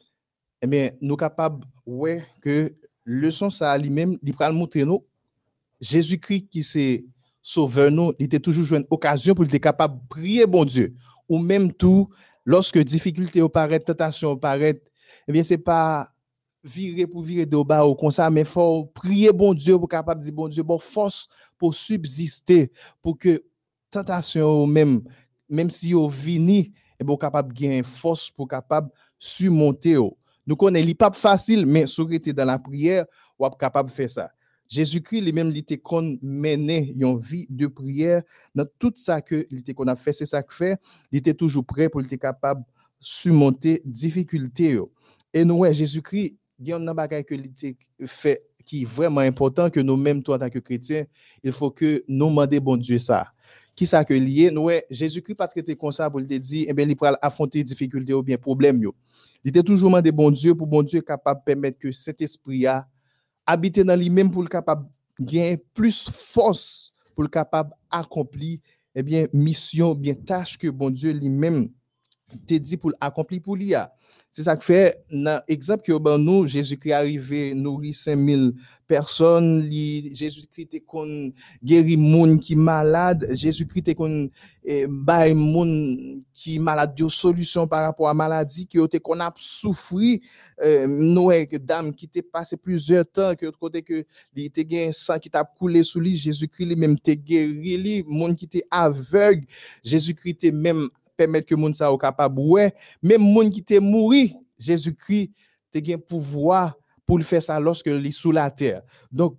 Eh bien, nous sommes capables, ouais, que leçon ça lui-même, il va montrer nous, Jésus-Christ qui c'est sauveur nous, il était toujours une occasion pour être capable de prier bon Dieu. Ou même tout, lorsque difficulté apparaît, tentation apparaît, eh bien, c'est pas virer pour virer de bas ou comme ça, mais faut prier bon Dieu pour capable de dire bon Dieu, bon force pour subsister, pour que tentation même, même si vous vini, et bon capable de gagner force pour capable surmonter. Nous connaissons, il pas facile, mais si vous êtes dans la prière, vous êtes capable de faire ça. Jésus-Christ lui-même il était qu'on menait une vie de prière dans tout ça que il était qu'on a fait, c'est ça que fait, il était toujours prêt pour être capable de surmonter difficultés. Et nous ouais, Jésus-Christ, il y a un bagage que il était fait qui est vraiment important que nous-mêmes toi en tant que chrétiens, il faut que nous demandions bon Dieu ça. Qui ça que lié nous ouais, Jésus-Christ pas traité comme ça pour te dire eh bien il va affronter difficultés ou bien problème yo. Il était toujours demandé bon Dieu pour bon Dieu capable de permettre que cet esprit a habiter dans lui-même pour le capable gagner plus force pour le capable accomplir eh bien mission bien tâche que bon Dieu lui-même te dit pour accomplir pour lui. C'est ça que fait dans exemple que ben nous Jésus-Christ arrivé nourrir cinq mille personnes, li, Jésus-Christ te kon guéri moun qui malade, Jésus-Christ te kon eh, bay moun qui malade de solution par rapport à maladie qui te kon a souffri euh, nous que dame qui te passé plusieurs temps que côté que il te gain sang qui t'a coulé sous lui, Jésus-Christ lui même te guéri li, moun qui te aveugle, Jésus-Christ te même permettre que moun sa ou capable ouais même moun qui t'est mouri Jésus-Christ te gen pouvoir pour le faire ça lorsque il est sous la terre. Donc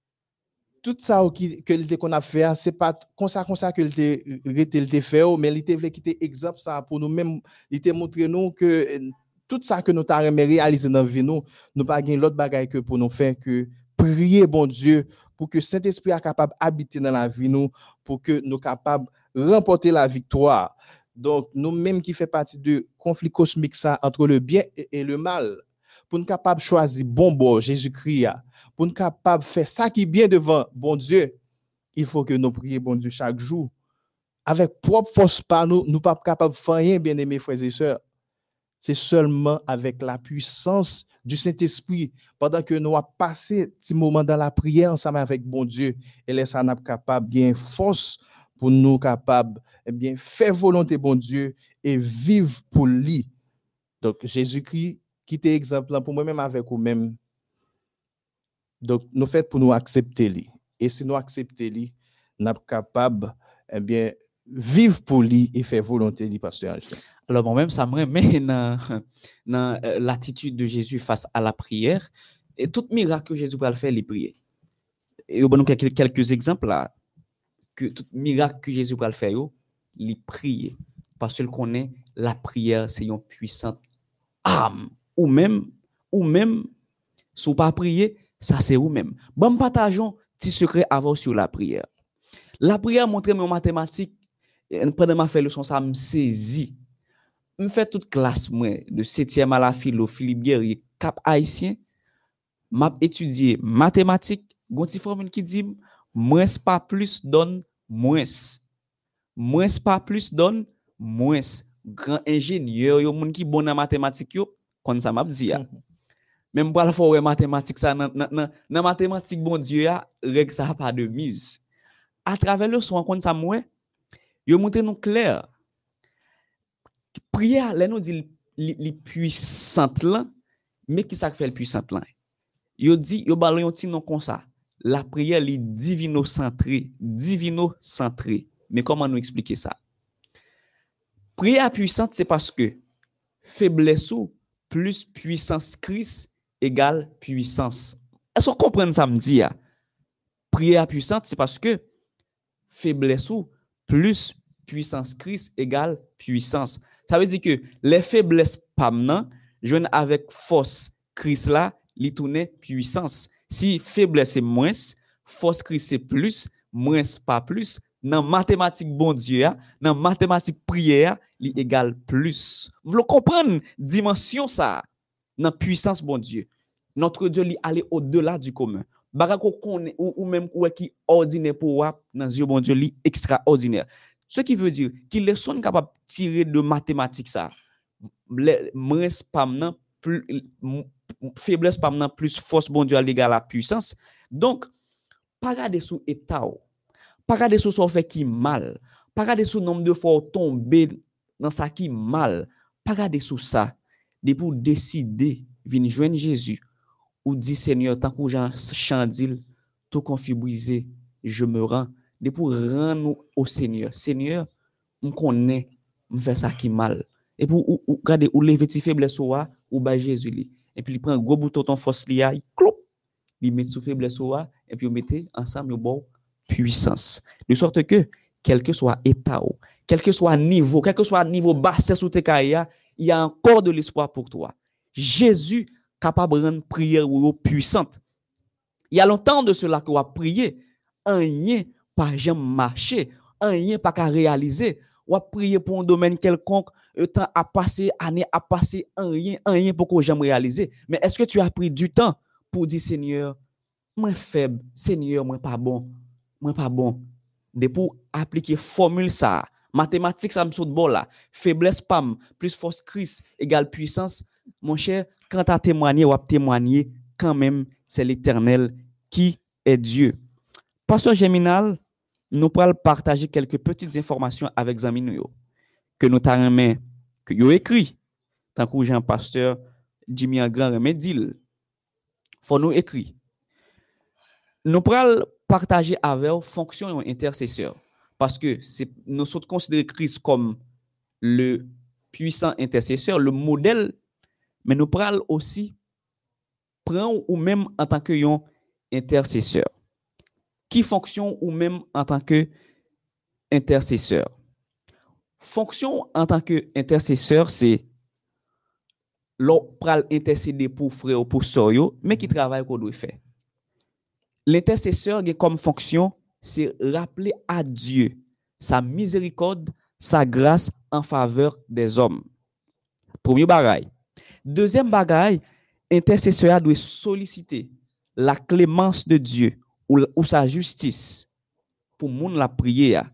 tout ça qui que il qu'on a fait c'est pas comme ça comme ça que il était il fait mais il était voulait quitter exemple ça pour nous même il était montrer nous que tout ça que nous t'a réaliser dans vie nous nous pas gain l'autre bagaille que pour nous faire que prier bon Dieu pour que Saint-Esprit soit capable habiter dans la vie nous pour que nous capable remporter la victoire. Donc, nous-mêmes qui fait partie de conflit cosmique ça entre le bien et le mal, pour nous capable choisir bon bord Jésus-Christ, pour nous capable faire ça qui est bien devant bon Dieu, il faut que nous prions bon Dieu chaque jour. Avec propre force par nous, nous pas capable de faire rien, bien aimés frères et sœurs. C'est seulement avec la puissance du Saint-Esprit, pendant que nous avons passé ce moment dans la prière ensemble avec bon Dieu, et là, ça n'a pas capable de gagner force pour nous capables eh bien faire volonté bon Dieu et vivre pour lui. Donc Jésus-Christ qui était exemple pour moi-même avec vous-même. Donc nous fait pour nous accepter lui et si nous accepter lui, nous sommes capables eh bien vivre pour lui et faire volonté lui pasteur Angelin. Alors moi-même ça me remet dans dans l'attitude de Jésus face à la prière et tout miracle que Jésus va le faire les prier. Et on va nous quelques quelques exemples là. Que tout miracle que Jésus va le faire, il prie parce qu'il connaît la prière, c'est une puissante arme. Ou même, ou même, si vous pas prier, ça c'est vous même. Bon, partageons petit secret avant sur la prière. La prière montre mes mathématiques. Pendant ma fait leçon, ça me saisit. Me fait toute classe moi de septième à la philo, Philippe Guerrier, Cap Haïtien, m'a étudié mathématiques, gonti formule qui dit moins pas plus donne moins. Moins pas plus donne moins. Grand ingénieur, yo moun ki bon en mathématiques yo, comme ça m'a dit. Même pour la fois mathématiques ça dans dans mathématiques bon Dieu ya, règle ça pas de mise. À travers le son comme ça moi, yo montre nous clair. Prière, là nous dit li puissante là, mais qui ça fait le puissante là? Yo dit yo ba yon ti non comme ça. La prière li divino-centrée, divino-centrée. Mais comment nous expliquer ça? Prière puissante, c'est parce que faiblesse ou plus puissance Christ égale puissance. Est-ce qu'on comprend ça me dit? Prière puissante, c'est parce que faiblesse ou plus puissance Christ égale puissance. Ça veut dire que les faiblesses pas maintenant, joignent avec force Christ là, li tourne puissance. Si faiblesse c'est moins, force Christ c'est plus, moins pas plus. Dans mathématique bon Dieu, dans mathématique prière, li égale plus. Vous le comprenez dimension ça dans puissance bon Dieu. Notre Dieu li aller au-delà du commun. Baga ko connaît ou, ou même ou qui ordinaire pour wa dans Dieu bon Dieu li extraordinaire. Ce qui veut dire qu'il les sont capable tirer de mathématiques ça. Moins pas maintenant plus faiblesse pas maintenant plus force bon Dieu égale la puissance. Donc pas regarder sous état, pas regarder sous son fait qui mal, pas regarder sous nombre de fois tomber dans ça qui mal, pas regarder sous ça. De pour décider venir joindre Jésus ou dit Seigneur tant que Jean chandile tout conflit brisé, je me rends. De pour rendre au Seigneur. Seigneur, on connaît me faire ça qui mal. Et pour ou, ou regarder ou lever ti faiblesse ou ou ba Jésus li. Et puis il prend un gros bouton ton force li a, il clop, il met sous faiblesse ou et puis on mettez ensemble au bon puissance. De sorte que quel que soit état ou, quel que soit niveau, quel que soit niveau bassesse ou te kaya, il y a encore de l'espoir pour toi. Jésus capable de rendre prière puissante. Il y a longtemps de cela que vous a prié, rien pas jamais marché, rien pas qu'à réaliser. Ou a prié pour un domaine quelconque, le temps a passé, année a passé, rien, rien pour que jamais réaliser. Mais est-ce que tu as pris du temps pour dire Seigneur, moi faible, Seigneur, moi pas bon, moi pas bon. De pour appliquer formule ça, mathématiques ça me saute bon là, faiblesse pam plus force Christ égale puissance. Mon cher, quand tu as témoigné ou as témoigné, quand même, c'est l'Éternel qui est Dieu. Pasteur Geminal, nous pourrons partager quelques petites informations avec Zami nous que nous t'avons que yo écrit tant que Jean pasteur Jimmy Grand remet dit faut nous écrit. Nous pourrons partager avec fonction intercesseur parce que c'est nous sommes considérés Christ comme le puissant intercesseur, le modèle, mais nous pourrons aussi prendre ou même en tant que yon intercesseur. Qui fonction ou même en tant que intercesseur. Fonction en tant que intercesseur, c'est l'on pral intercéder pour frère ou pour sœur yo, mais qui travaille qu'on doit faire. L'intercesseur a comme fonction, c'est rappeler à Dieu sa miséricorde, sa grâce en faveur des hommes. Premier bagaille. Deuxième bagaille, intercesseur doit solliciter la clémence de Dieu ou, ou sa justice pour moun la prière.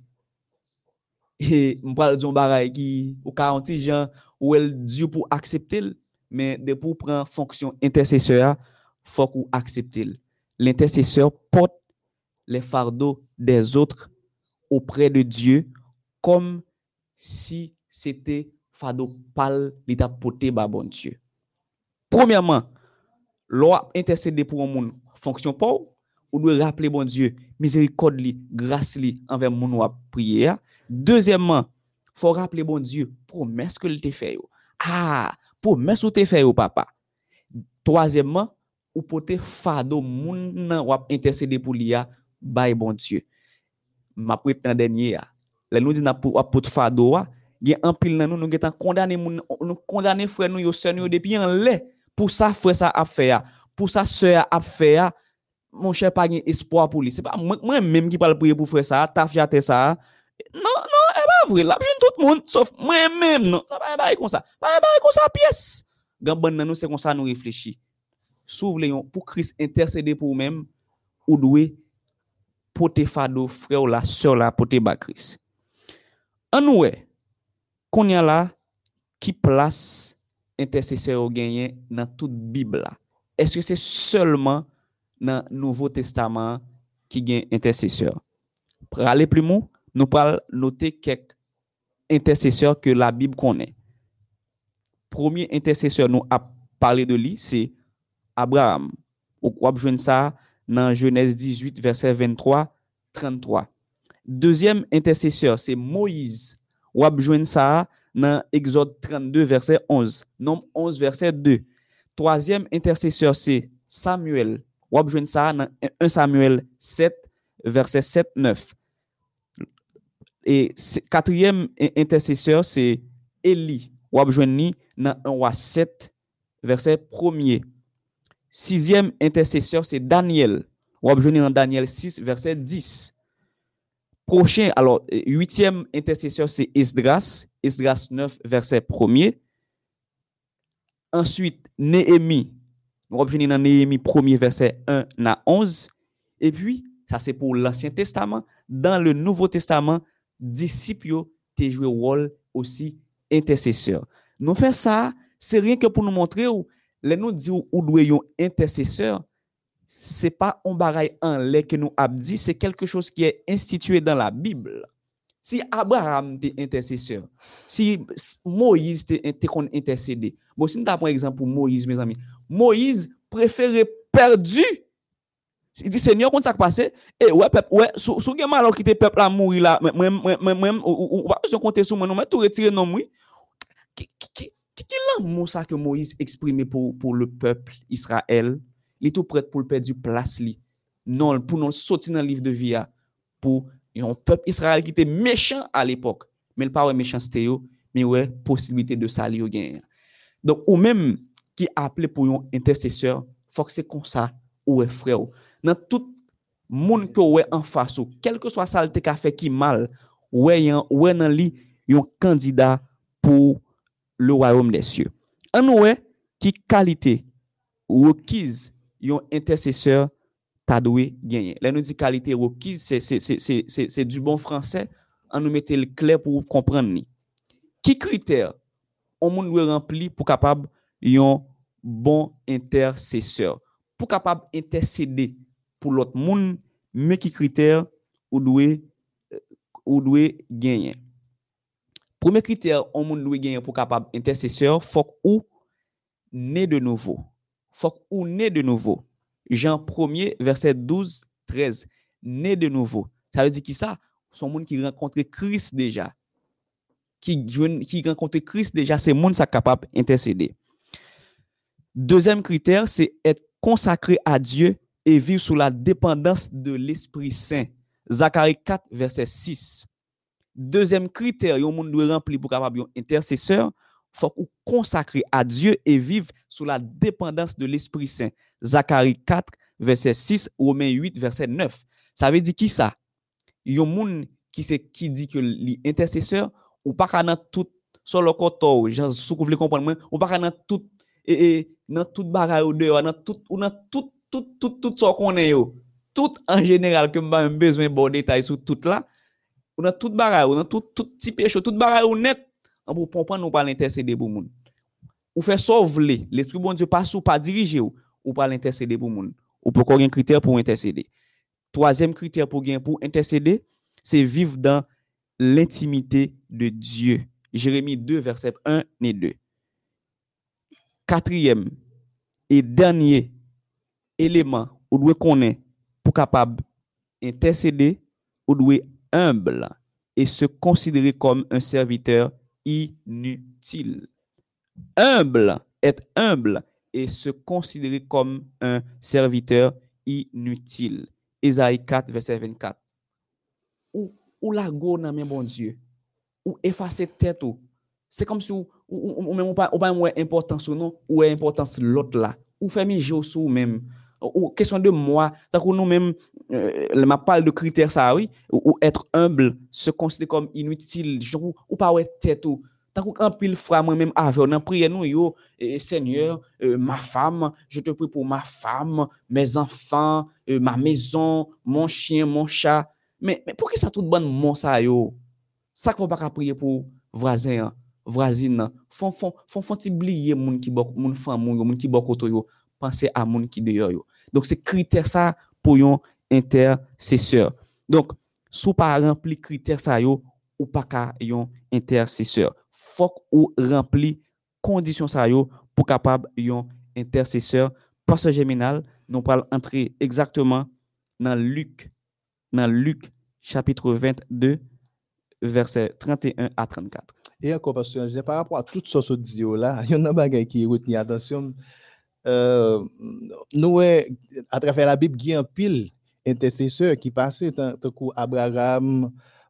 Et on parle d'un bagaille qui ou quarante gens ou elle Dieu pour accepter, mais de pour prendre fonction intercesseur, faut qu'on accepte. L'intercesseur porte les fardeaux des autres auprès de Dieu comme si c'était fardeau pal l'état porté par bon Dieu. Premièrement, l'on intercéder pour un monde fonction pas ou doit rappeler bon Dieu miséricorde li, grâce li envers moun ou prier. Deuxièmement, faut rappeler bon Dieu promesse que il t'a fait. Ah, promesse ou t'a fait au papa. Troisièmement, ou pote fardeau moun nan ou intercéder pour lia bay bon Dieu. Ma prétend dernier là nous dit na pour pote fardeau gen en pile nan nous nous getan condamner moun nous condamner frère nous yo sœur nous depuis en lait pour ça frère ça a fait pour ça sœur a fait mon cher pas gen espoir pour lui c'est pas moi même qui parle prier pour frère ça ta fiaté ça non non est pas vrai la jeune tout le monde sauf moi même non pas bail comme ça pas bail comme ça pièce gan bon nan nous c'est comme ça nous réfléchir s'ouvre pour Christ intercéder pour même ou doué porter fardeau frère la sœur la porter ba Christ en nous qu'on y a là qui place intercesseur gagné dans toute Bible là. Est-ce que c'est seulement dans Nouveau Testament qui gagne intercesseur? Pour aller plus mou, nous parlons noter quelques intercesseurs que la Bible connaît. Premier intercesseur nous a parlé de lui, c'est Abraham. Ou on joindre ça dans Genèse dix-huit verset vingt-trois trente-trois. Deuxième intercesseur, c'est Moïse. Ou on joindre ça dans Exode trente-deux verset onze, Nombre onze verset deux. Troisième intercesseur, c'est Samuel. Ou on joindre ça dans premier Samuel sept verset sept neuf. Et quatrième intercesseur, c'est Élie. Ou abjouni dans un roi sept, verset premier. Sixième intercesseur, c'est Daniel. Ou abjouni dans Daniel six, verset dix. Prochain, alors, huitième intercesseur, c'est Esdras. Esdras neuf, verset premier. Ensuite, Néhémie. Ou abjouni dans Néhémie premier, verset un à onze. Et puis, ça c'est pour l'Ancien Testament. Dans le Nouveau Testament, disciples ont joué rôle aussi intercesseur. Nous faisons ça, c'est rien que pour nous montrer où les nous dit où doit un intercesseur, c'est pas un bagaille en l'air que nous avons dit, c'est quelque chose qui est institué dans la Bible. Si Abraham était intercesseur, si Moïse était intercédé, bon, si nous avons un exemple pour Moïse, mes amis, Moïse préférait perdu. Il dit Seigneur, quand ça passe, et ouais peuple, ouais, sous sous gen malheur qui te peuple à mourir là, même même même ou pas besoin compter sur moi non, mais tout retirer non oui. Qui qui qui qui l'amour ça que Moïse exprimé pour pour le peuple Israël, il est tout prêt pour le perdre du place li. Non, pour nous sortir dans le livre de vie pour un peuple Israël qui était méchant à l'époque, mais pas ouais méchanceté yo, mais ouais possibilité de salir yo gain. Donc ou même qui appelé pour un intercesseur, faut que c'est comme ça ou frère. Dans tout monde que ouais en face ou quel que soit ça te fait qui mal ouais ouais dans li un candidat pour le royaume des cieux. En ouais qui qualité requise un intercesseur t'a doué gagner. Là nous dit qualité requise c'est c'est c'est c'est c'est du bon français, on nous mettait le clair pour comprendre ni. Qui critère on monde doit remplir pour capable un bon intercesseur, pour capable intercéder pour l'autre monde, mais qui critère ou doit ou doit gagner. Premier critère on monde doit gagner pour capable intercesseur, faut ou né de nouveau. Faut ou né de nouveau. Jean premier verset douze treize. Né de nouveau. Ça veut dire qui ça? Son monde qui rencontre Christ déjà. Qui qui rencontre Christ déjà, c'est monde ça capable intercéder. Deuxième critère, c'est être consacré à Dieu et vivre sous la dépendance de l'Esprit Saint. Zacharie quatre, verset six. Deuxième critère, yon moun doit remplir pour capable un intercesseur, faut qu'on consacre à Dieu et vivre sous la dépendance de l'Esprit Saint. Zacharie quatre, verset six, Romains huit, verset neuf. Ça veut dire qui ça? Yon moun qui c'est qui dit que l'intercesseur ou pas dans tout sur le côté, genre sous vous voulez comprendre moi, ou pas dans tout et, et dans toute bagaille ou dehors, dans tout ou dans tout tout tout tout ça qu'on est yo. Tout en général que m'a besoin bon détail sur tout là. Ou dans toute bagaille, ou dans tout tout petit péché, toute bagaille ou net, on pour comprendre nous pas l'intercéder pour moun. Ou faire sauver l'esprit bon Dieu pas sous pas diriger ou ou pas l'intercéder pour moun. Ou pour qu'on ait un critère pour intercéder. Troisième critère pour gain pour intercéder, c'est vivre dans l'intimité de Dieu. Jérémie deux verset un et deux. Quatrième et dernier élément ou doit connaître pour capable intercéder ou doit humble et se considérer comme un serviteur inutile. Humble, être humble et se considérer comme un serviteur inutile. Ésaïe quatre, verset vingt-quatre. Ou, ou la go nan men bon Dieu, ou effacer tête ou. C'est comme si ou, ou, ou même ou pas ou pas moins importance ou non, ou importance l'autre là. Ou fait miser sous même. Ou question de moi, tant que nous même euh, m'a parle de critères ça oui, ou, ou être humble, se considérer comme inutile, genre ou pas ouais tête ou. Tant qu'en pile frère moi même avec on prière nous yo eh, Seigneur euh, ma femme je te prie pour ma femme mes enfants euh, ma maison mon chien mon chat mais mais pour que ça tout bon mon ça yo ça qu'on pas prier pour voisin voisine font font font font oublier moun qui bok moun femme moun qui bok auto yo penser à moun qui dehors yo donc c'est critère ça pour un intercesseur donc sous pas rempli critère ça yo ou pas ka yon intercesseur faut ou rempli condition ça yo pour capable yon intercesseur. Pasteur Géminal nous parle entrer exactement dans Luc dans Luc chapitre vingt-deux verset trente et un à trente-quatre. Et encore pasteur, par rapport à tout ça ce dit là, il y en a bagay qui retenu attention euh nous à travers la Bible il y a un pile intercesseur qui passait tant que Abraham,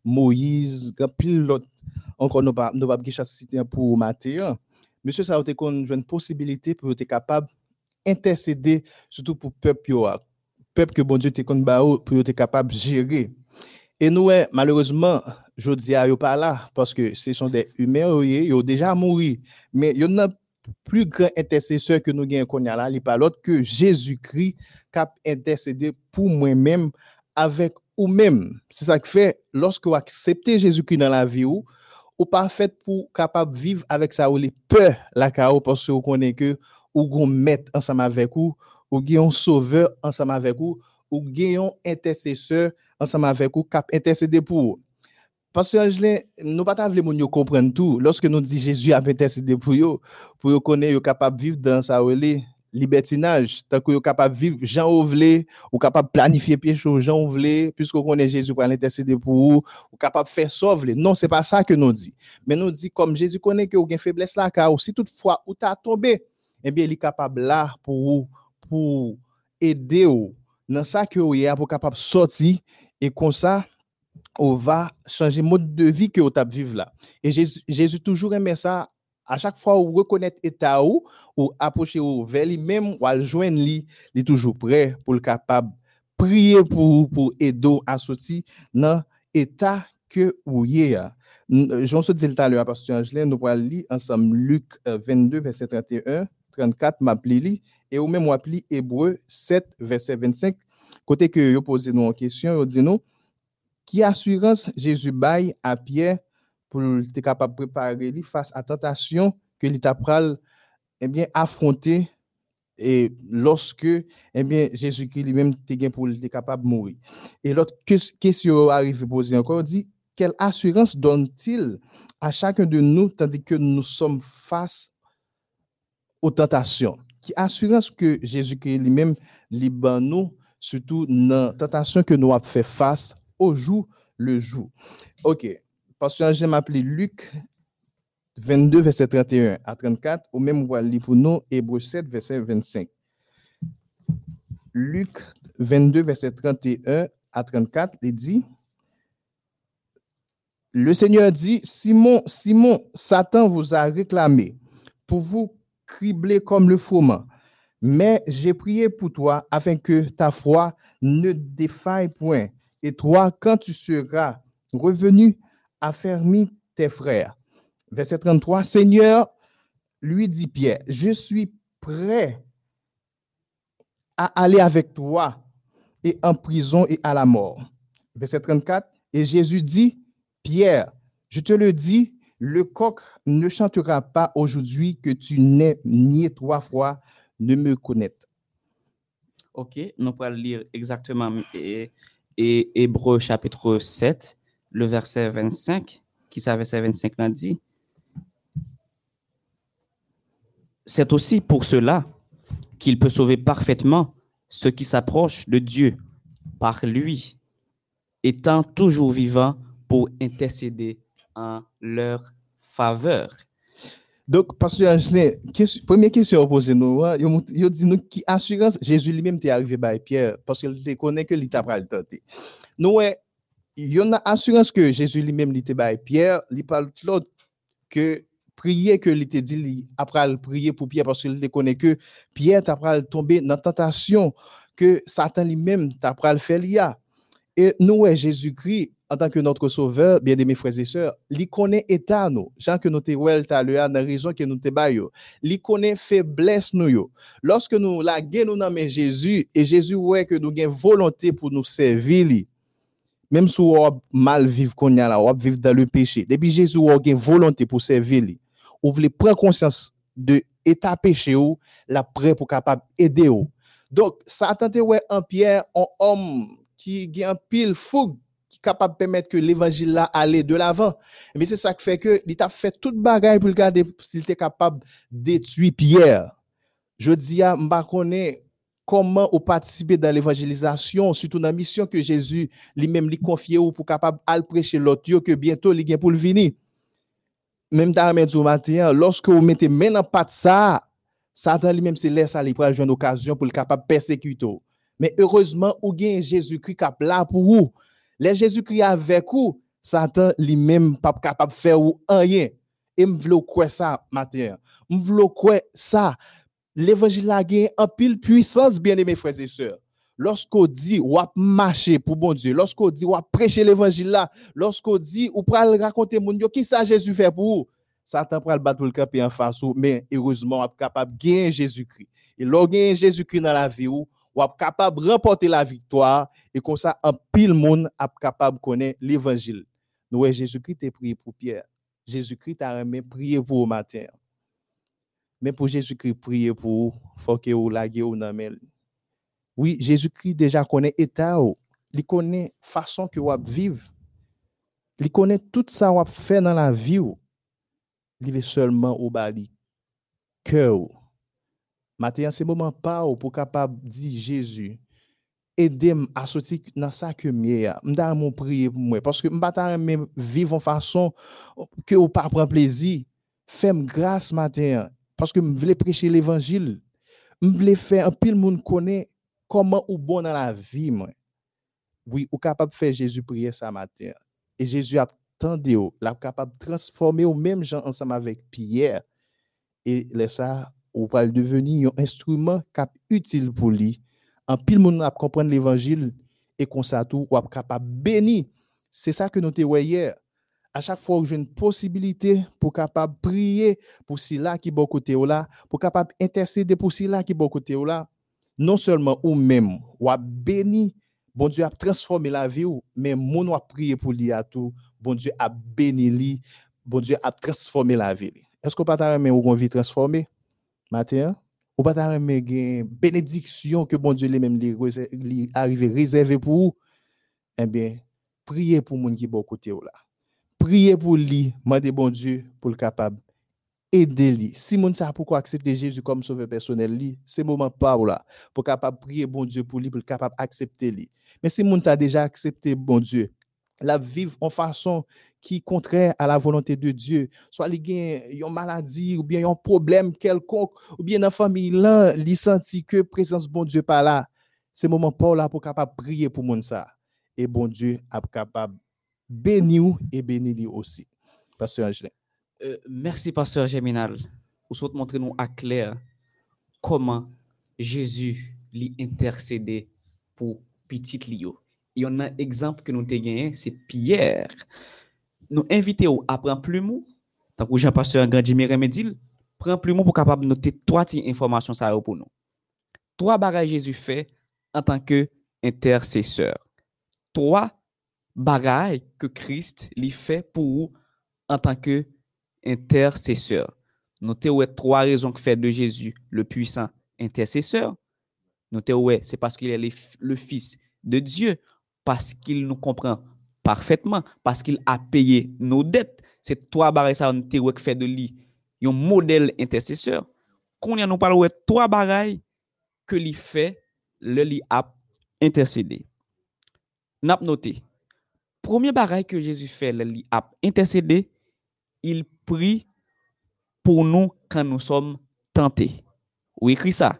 Moïse, grand pile l'autre encore nous pas nous pas citer pour Matthieu. Monsieur ça a été qu'on une possibilité pour être capable intercéder surtout pour peuple yo, peuple que bon Dieu te kon ba pour être capable gérer. Et nous malheureusement jodi a yo pas là parce que ce sont des humains yo déjà mouru mais yo n'a plus grand intercesseur que nous gagne qu'on a là, il pas l'autre que Jésus-Christ qui a intercédé pour moi-même avec ou même. C'est ça qui fait lorsque vous acceptez Jésus-Christ dans la vie ou ou pas fait pour capable vivre avec ça ou les peurs la chaos parce que vous connaissez que ou gon mettre ensemble avec vous ou gagne un sauveur ensemble avec vous ou gagne un intercesseur ensemble avec vous qui a intercédé pour vous. Parce que Angelin, nous pas tavle moun yo comprendre tout. Lorsque nous dit Jésus a intercédé pour yo, pour yo connaître yo capable vivre dans sa relé libertinage, tant que yo capable vivre Jean Ouvlé, ou capable planifier piège Jean Ouvlé, puisque on connaît Jésus pour intercéder pour vous, ou capable faire sauver. Non, c'est pas ça que nous dit. Mais nous dit comme Jésus connaît que vous avez faiblesse là car si toutefois ou t'a tombé, eh bien il est capable là pour pour aider ou dans ça que vous est pour capable sortir et comme ça on va changer mode de vie que vous t'a vivre là. Et Jésus, Jésus toujours aimait ça. À chaque fois où reconnaître état ou ou approcher ou vers lui-même ou à joindre lui, il est toujours prêt pour le capable prier pour pour aider à sortir dans état que ou hier. J'en se dit tout à l'heure pasteur Angelin, nous allons lire ensemble Luc vingt-deux verset trente et un trente-quatre m'appli li et ou même m'appli Hébreux sept verset vingt-cinq côté que yo posé nous en question, yo dit nous qui assurance Jésus baille à Pierre pour être capable de préparer lui face à tentation que l'État pral eh bien affronter et lorsque eh bien Jésus-Christ lui-même était pour être capable de mourir. Et l'autre question arrive poser encore dit quelle assurance donne-t-il à chacun de nous tandis que nous sommes face aux tentations? Qui assurance que Jésus-Christ lui-même libère nous surtout dans la tentation que nous avons fait face au jour le jour. OK. Pasteur j'aime appeler Luc vingt-deux verset trente et un à trente-quatre ou même on va lire pour nous Hébreux sept verset vingt-cinq. Luc vingt-deux verset trente et un à trente-quatre, il dit le Seigneur dit Simon Simon Satan vous a réclamé pour vous cribler comme le froment. Mais j'ai prié pour toi afin que ta foi ne défaille point. Et toi, quand tu seras revenu, affermis tes frères. Verset trente-trois, Seigneur, lui dit Pierre, je suis prêt à aller avec toi et en prison et à la mort. Verset trente-quatre, et Jésus dit, Pierre, je te le dis, le coq ne chantera pas aujourd'hui que tu n'aies nié trois fois de me connaître. Ok, nous allons lire exactement et, et Hébreux chapitre sept, le verset vingt-cinq, qui ça verset vingt-cinq là dit. C'est aussi pour cela qu'il peut sauver parfaitement ceux qui s'approchent de Dieu par lui, étant toujours vivant pour intercéder en leur faveur. Donc, pasteur Angelin, première question posée nous, il dit nous qui assurance Jésus lui-même t'est arrivé par Pierre parce qu'il connaît que l'état va le tenter. Nous il y a assurance que Jésus lui-même était par Pierre, il parle l'autre que prier que il était dit après prier pour Pierre parce qu'il connaît que Pierre t'a pral tomber dans tentation que Satan lui-même t'a pral faire liya. Et nous Jésus-Christ en tant que notre sauveur, bien aimés frères et sœurs, il connaît état nous, Jean que nous te wel ta le dans raison que nous te ba yo. Il connaît faiblesse nous yo. Lorsque nous la gen nous nan Jésus et Jésus ouais que nous gen volonté pour nous servir li. Même si on mal vivre qu'on y a là, on vivre dans le péché. Depuis Jésus a gen volonté pour servir li. Ou voulez prendre conscience de état péché ou la prêt pour capable aider ou. Donc Satan te ouais en Pierre, un homme qui gen pile fougue qui capable permettre que l'évangile là aller de l'avant. Mais c'est ça qui fait que il t'a fait toute bagaille pour regarder s'il était capable détruire Pierre. Je dis à m'pa connaît comment ou participer dans l'évangélisation surtout dans la mission que Jésus lui-même lui confié ou pour capable aller prêcher l'autre que bientôt il vient pour le venir. Même dans le matin, lorsque vous mettez main dans pas ça, Satan lui-même se laisse aller pour une occasion pour le capable persécuter. Mais heureusement, ou gain Jésus-Christ cap là pour vous. Les Jésus-Christ avec vous, Satan lui-même pas capable de faire ou rien. Et me vle quoi ça matin. Me vle quoi ça. L'évangile a gagné en pile puissance, bien aimés frères et sœurs. Lorsqu'on dit ou a marcher pour bon Dieu, lorsqu'on dit ou a prêcher l'évangile là, lorsqu'on dit ou pral raconter moun yo qui ça Jésus fait pour vous, Satan pral battre le camper en face ou, mais heureusement on est capable de gagner Jésus-Christ. Et lorsqu'on gagne Jésus-Christ dans la vie ou, ou est capable de remporter la victoire et comme ça en pile monde est capable de connaître l'évangile. Nous Jésus-Christ a prié pour Pierre. Jésus-Christ a remis prier pour au matin. Mais pour Jésus-Christ prier pour faut que ou la guerre ou nan men. Oui, Jésus-Christ déjà connaît état ou, il connaît façon que ou vivre. Il connaît tout ça ou fait dans la vie ou. Il veut seulement au bali cœur. Maintenant c'est moment pas ou pour capable dire Jésus aidez-moi à sortir dans ça que mieux. M'da mon prier pour moi parce que m'pa même vivre en façon que ou pas prendre plaisir. Fais-moi grâce matin parce que me voulais prêcher l'évangile. Me voulais faire un pile monde connaît comment ou bon dans la vie moi. Oui, ou capable de faire Jésus prier ça matin. Et Jésus a tendé ou, la capable de transformer au même gens ensemble avec Pierre. Et laisse ça ou va devenir un instrument cap utile pour lui. En pile monde a comprendre l'évangile et comme ça tout ou capable béni. C'est ça que nous te hier. À chaque fois que j'ai une possibilité pour capable prier pour ceux-là qui bon côté ou là, pour capable intercéder pour ceux-là qui bon côté ou là, non seulement ou même ou a béni, bon Dieu a transformé la vie ou, mais mon a prié pour lui à tout, bon Dieu a béni lui, bon Dieu a transformé la vie. Est-ce qu'on pas ta remet ou une vie transformée matin? Ou pas ta remet une bénédiction que bon Dieu lui-même lui arrivé réservé pour vous? Eh bien, priez pour moun qui bon côté ou là. Priez pour lui, demandez bon Dieu pour le capable aider lui. Si moun sa pourquoi accepter Jésus comme sauveur personnel lui, c'est moment pas là pour capable prier bon Dieu pour lui pour le capable accepter lui. Mais si moun sa déjà accepté bon Dieu, la vivre en façon qui contraire à la volonté de Dieu, soit li gen yon maladie ou bien yon problème quelconque ou bien dans famille là, li senti que présence bon Dieu pas là, c'est moment pas là pour capable prier pour moun sa et bon Dieu a capable béni ou et béni lui aussi. Pasteur Angelin. Euh, merci, Pasteur Germinal. Vous souhaitez montrer nous à clair comment Jésus lui intercédé pour petit Lio. Il y en a un exemple que nous avons gagné, c'est Pierre. Nous invitons à prendre plus mou, tant que Jean-Pasteur Grandimir Remedil, prend plus mou pour capable noter trois informations ça pour nous. Trois bagages Jésus fait en tant que intercesseur. Trois bagages que Christ lui fait pour en tant que intercesseur. Notez ouais trois raisons que fait de Jésus le puissant intercesseur. Notez ouais c'est parce qu'il est le, le fils de Dieu, parce qu'il nous comprend parfaitement, parce qu'il a payé nos dettes. C'est trois bagages ça notez ouais fait de lui un modèle intercesseur. Qu'on y nous parle ouais trois bagages que lui fait le li a intercédé. N'a noté. Premier bagage que Jésus fait le li a intercédé, il prie pour nous quand nous sommes tentés. Ou écrit ça.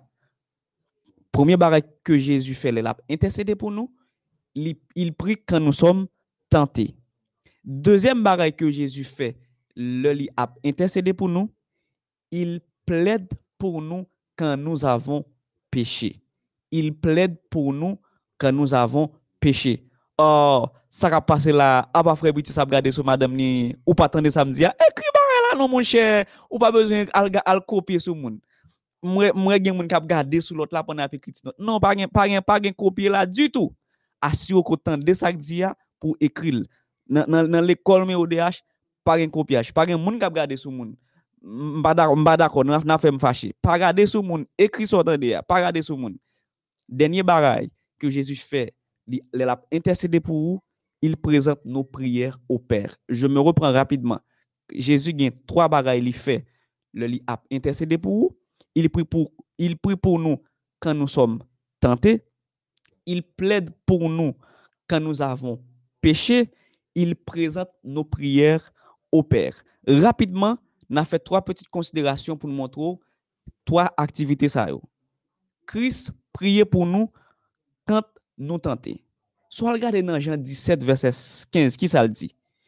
Premier bagage que Jésus fait, il a intercédé pour nous. Il, il prie quand nous sommes tentés. Deuxième bagage que Jésus fait, il a intercédé pour nous. Il plaide pour nous quand nous avons péché. Il plaide pour nous quand nous avons péché. Oh, ça va passer là, ah bah frère Britis a regardé sur madame ni ou pas attendre samedi, écrit là non mon cher, ou pas besoin al al copier sur moun. Moi moi gen moun k'ap garder sur l'autre là pendant écrit non pas gen pas gen pas gen copier là du tout. Assure qu'on tande ça dit pour écrire. Dans dans l'école mais O D H pas gen copiage, pas gen moun k'ap garder sur moun. M'pa d'accord, m'pa d'accord, n'a fait me fâcher. Pas garder sur moun, écrit sur tande pas garder sur moun. Dernier bagaille que Jésus fait, il a intercédé pour vous, il présente nos prières au Père. Je me reprends rapidement. Jésus gagne trois bagailles, il fait. Le li a intercédé pour vous, il prie pour, il prie pour nous quand nous sommes tentés, il plaide pour nous quand nous avons péché, il présente nos prières au Père. Rapidement, on a fait trois petites considérations pour nous montrer trois activités ça yo. Christ priait pour nous quand nous tenter. Soit regarder dans Jean dix-sept verset quinze qui ça le dit.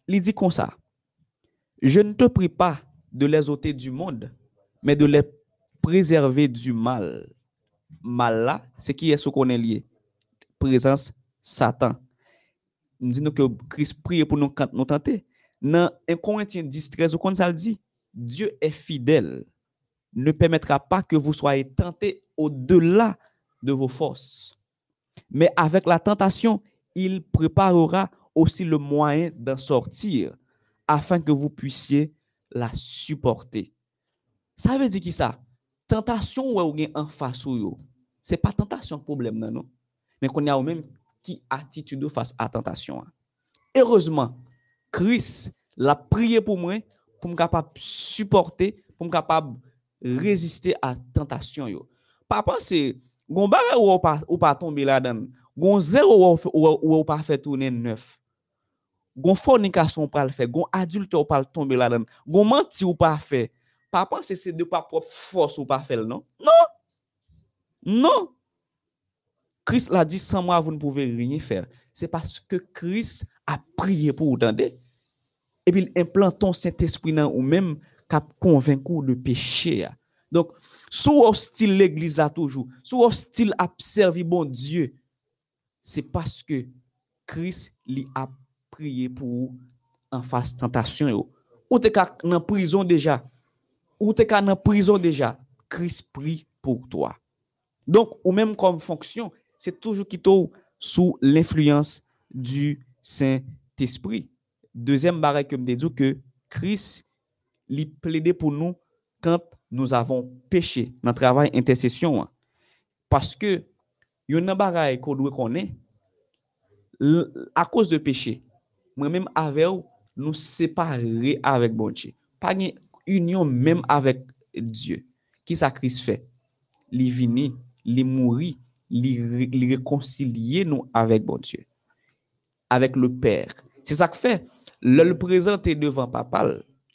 il dit comme ça. Je ne te prie pas de les ôter du monde, mais de les préserver du mal. Mal là, c'est qui est ce qu'on est lié? Présence Satan. Nous disons que Christ prie pour nous quand nous tenter. Dans un Corinthiens dix, treize, on ça dit, Dieu est fidèle, ne permettra pas que vous soyez tentés au-delà de vos forces. Mais avec la tentation, il préparera aussi le moyen d'en sortir afin que vous puissiez la supporter. Ça veut dire qui ça? Tentation ou en face ou c'est pas tentation problème non, non. Mais qu'on y a même qui attitude face à tentation. Heureusement, Christ l'a prié pour moi pour me capable supporter, pour me capable résister à tentation yo. Pas penser gon bagay ou pas ou pas tomber là-dedans. Gon zéro ou ou pas faire tourner neuf. Gon fornication pas le faire, gon adultère pas tomber là-dedans. Gon menti ou pas faire. Pas penser c'est de pas propre force ou pas faire non. Non. Non. Christ l'a dit sans moi vous ne pouvez rien faire. C'est parce que Christ a prié pour vous entendez. Et puis il implante ton Saint-Esprit dans ou même cap convaincu de péché. Donc sous hostile l'église là toujours, sous hostile a servi bon Dieu, c'est parce que Christ lui a prié pour vous en face tentation yo. Ou t'es en prison déjà. Ou t'es en prison déjà, Christ prie pour toi. Donc ou même comme fonction, c'est toujours qui est sous l'influence du Saint-Esprit. Deuxième barrière que me dit que Christ lui plaidait pour nous quand nous avons péché dans le travail intercession. Parce que il y a une barrière qu'on doit connaître à cause de péché. Moi-même avec nous séparer avec bon Dieu. Pas une union même avec Dieu. Qui ça Christ fait? Il vini, il mourir, il réconcilier nous avec bon Dieu. Avec le Père. C'est ça que fait. Le présenter devant papa.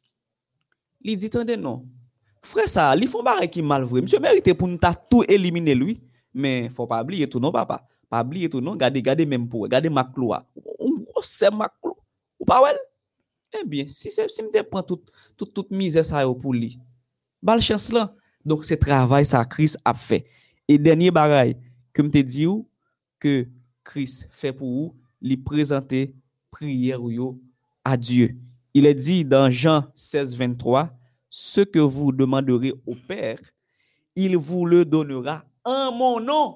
Il dit attendez non. Frère ça, il faut barrer qui mal vrai. Monsieur mérité pour nous tout éliminer lui, mais faut pas oublier tout non papa. Pas oublier tout non, regardez regardez même pour regardez ma cloa. On c'est ma cloa. Ou pas well? Eh bien, si c'est si me prend toute toute toute misère ça pour lui. Bal chance là. Donc c'est travail ça Christ a fait. Et dernier bagaille que me te dit que Christ fait pour vous, lui présenter prière yo à Dieu. Il est dit dans Jean seize, vingt-trois, ce que vous demanderez au Père, il vous le donnera en mon nom.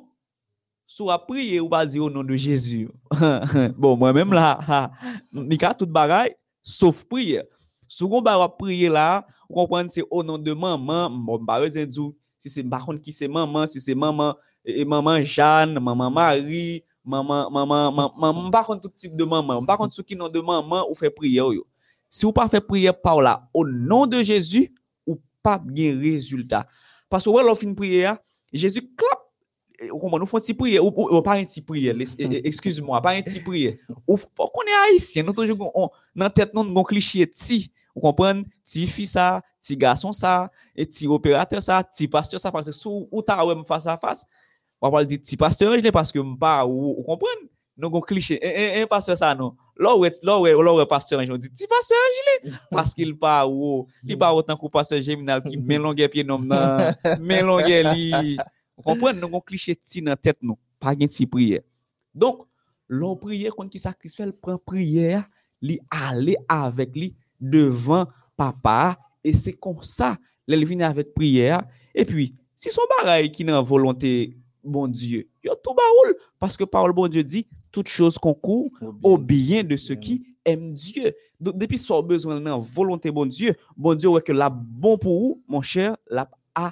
Soit prier ou pas dire au nom de Jésus. Bon, moi-même là, ni ka tout bagaille, sauf prière. Second ba prier là, vous comprenez c'est au nom de maman, bon ba besoin dire si c'est par contre qui c'est maman, si c'est maman et maman Jeanne, maman Marie, maman maman maman par contre tout type de maman, par contre ceux qui nom de maman ou fait prière yo. Si vous pas fait prière par là au nom de Jésus ou pas bien résultat. Parce que ouais, fin prière, Jésus clap comment nous font petit prière ou, ou, ou pas un petit prière, excuse-moi, pas un petit prière. Ou qu'on est haïtien, nous toujours on dans tête nous on cliché ti, vous comprenez, ti fille ça, ti garçon ça, et ti opérateur ça, ti pasteur ça parce que sous ou ta ouais face à face, on va dire ti pasteur parce que pas ou vous comprenez, nous on cliché un un pasteur ça non. Là ouais là ouais là ouais pasteur on dit ti pasteur Angile parce qu'il pas ou il pas autant que pasteur Géminal qui mélange pied nom nan, mélange li. Vous comprenez, nous avons cliché ti dans tête nous, pas gen ti prière. Donc, l'on prière quand qui sacrifie, elle prend prière, li aller avec lui devant papa et c'est comme ça, elle vient avec prière et puis si son bagaille qui n'a volonté bon Dieu, yo tout baoul parce que parole bon Dieu dit toute chose concourt au bien de ceux qui aiment Dieu. Donc depuis son besoin dans volonté bon Dieu, bon Dieu ouais que la bon pour vous, mon cher, l'a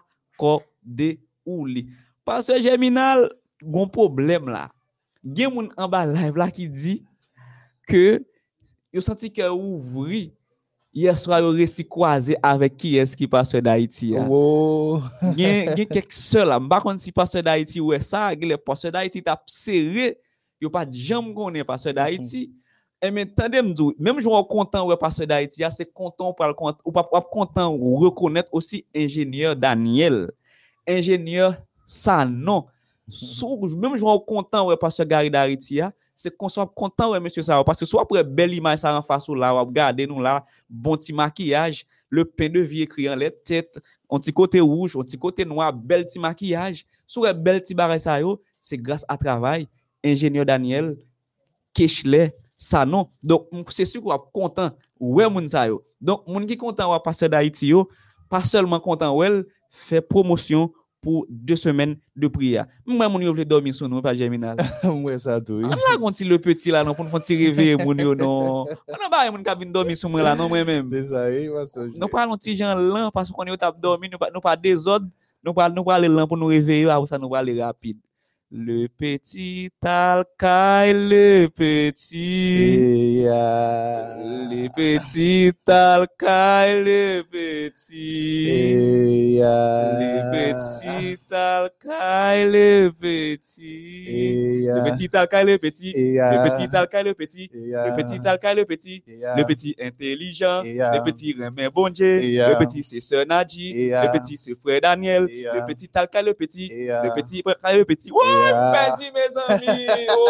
accordé ou li. Parce que Germinal, gon problème là. Gen moun en bas live là qui dit que yo senti que ouvri hier soir yo réussi croiser avec qui est-ce qui pasteur d'Haïti. Oh. Gen gen quelque seul là, pas contre si pasteur d'Haïti ouais ça, le pasteur d'Haïti t'a serré, yo pas jamais connaît pasteur d'Haïti. Et maintenant même je suis content ouais pasteur d'Haïti, c'est content pour le ou pas content ou reconnaître aussi ingénieur Daniel. Ingénieur ça non. Sou, même je suis content ouais pasteur Gary d'Haïti c'est qu'on soit content ouais monsieur ça parce que soit après belle image ça en face ou là ou regarder nous là bon petit maquillage, le pain de vie écrit en lettres tête, un petit côté rouge, un petit côté noir, bel petit maquillage, soit bel petit barre ça yo, c'est grâce à travail ingénieur Daniel Kechley ça non. Donc c'est sûr qu'on est content ouais moun ça yo. Donc moun qui content wa passer d'Haïti yo, pas seulement content ouais fait promotion pour deux semaines de prière. Moi, mon yo vle dormir sur nous, pas Germinal. Moi, ça tout. On là, quand le petit là, non, pour nous faire réveiller, mon yo, non. On n'a pas mon cabine dormir sur moi là, non, moi-même. C'est ça, oui, pasteur. Nous parlons petit gens lent parce qu'on est tap dormir, nous pas nous pas désordre, nous pas nous pas aller lent pour nous réveiller, ou ça nous va aller rapide. Le petit alcaille, le petit. Yeah. Le petit alcaille, le petit. Yeah. Le petit alcaille, le petit. Yeah. Le petit alcaille, le petit. Yeah. Le petit alcaille, le petit. Yeah. Le petit alcaille, le petit. Yeah. Le petit intelligent. Yeah. Le petit remet bon Dieu. Yeah. Le petit c'est sœur Nadji. Yeah. Le petit c'est frère Daniel. Yeah. Le petit alcaille, le petit. Yeah. Le petit alcaille, le petit. Ouais, Yeah. petit mes amis.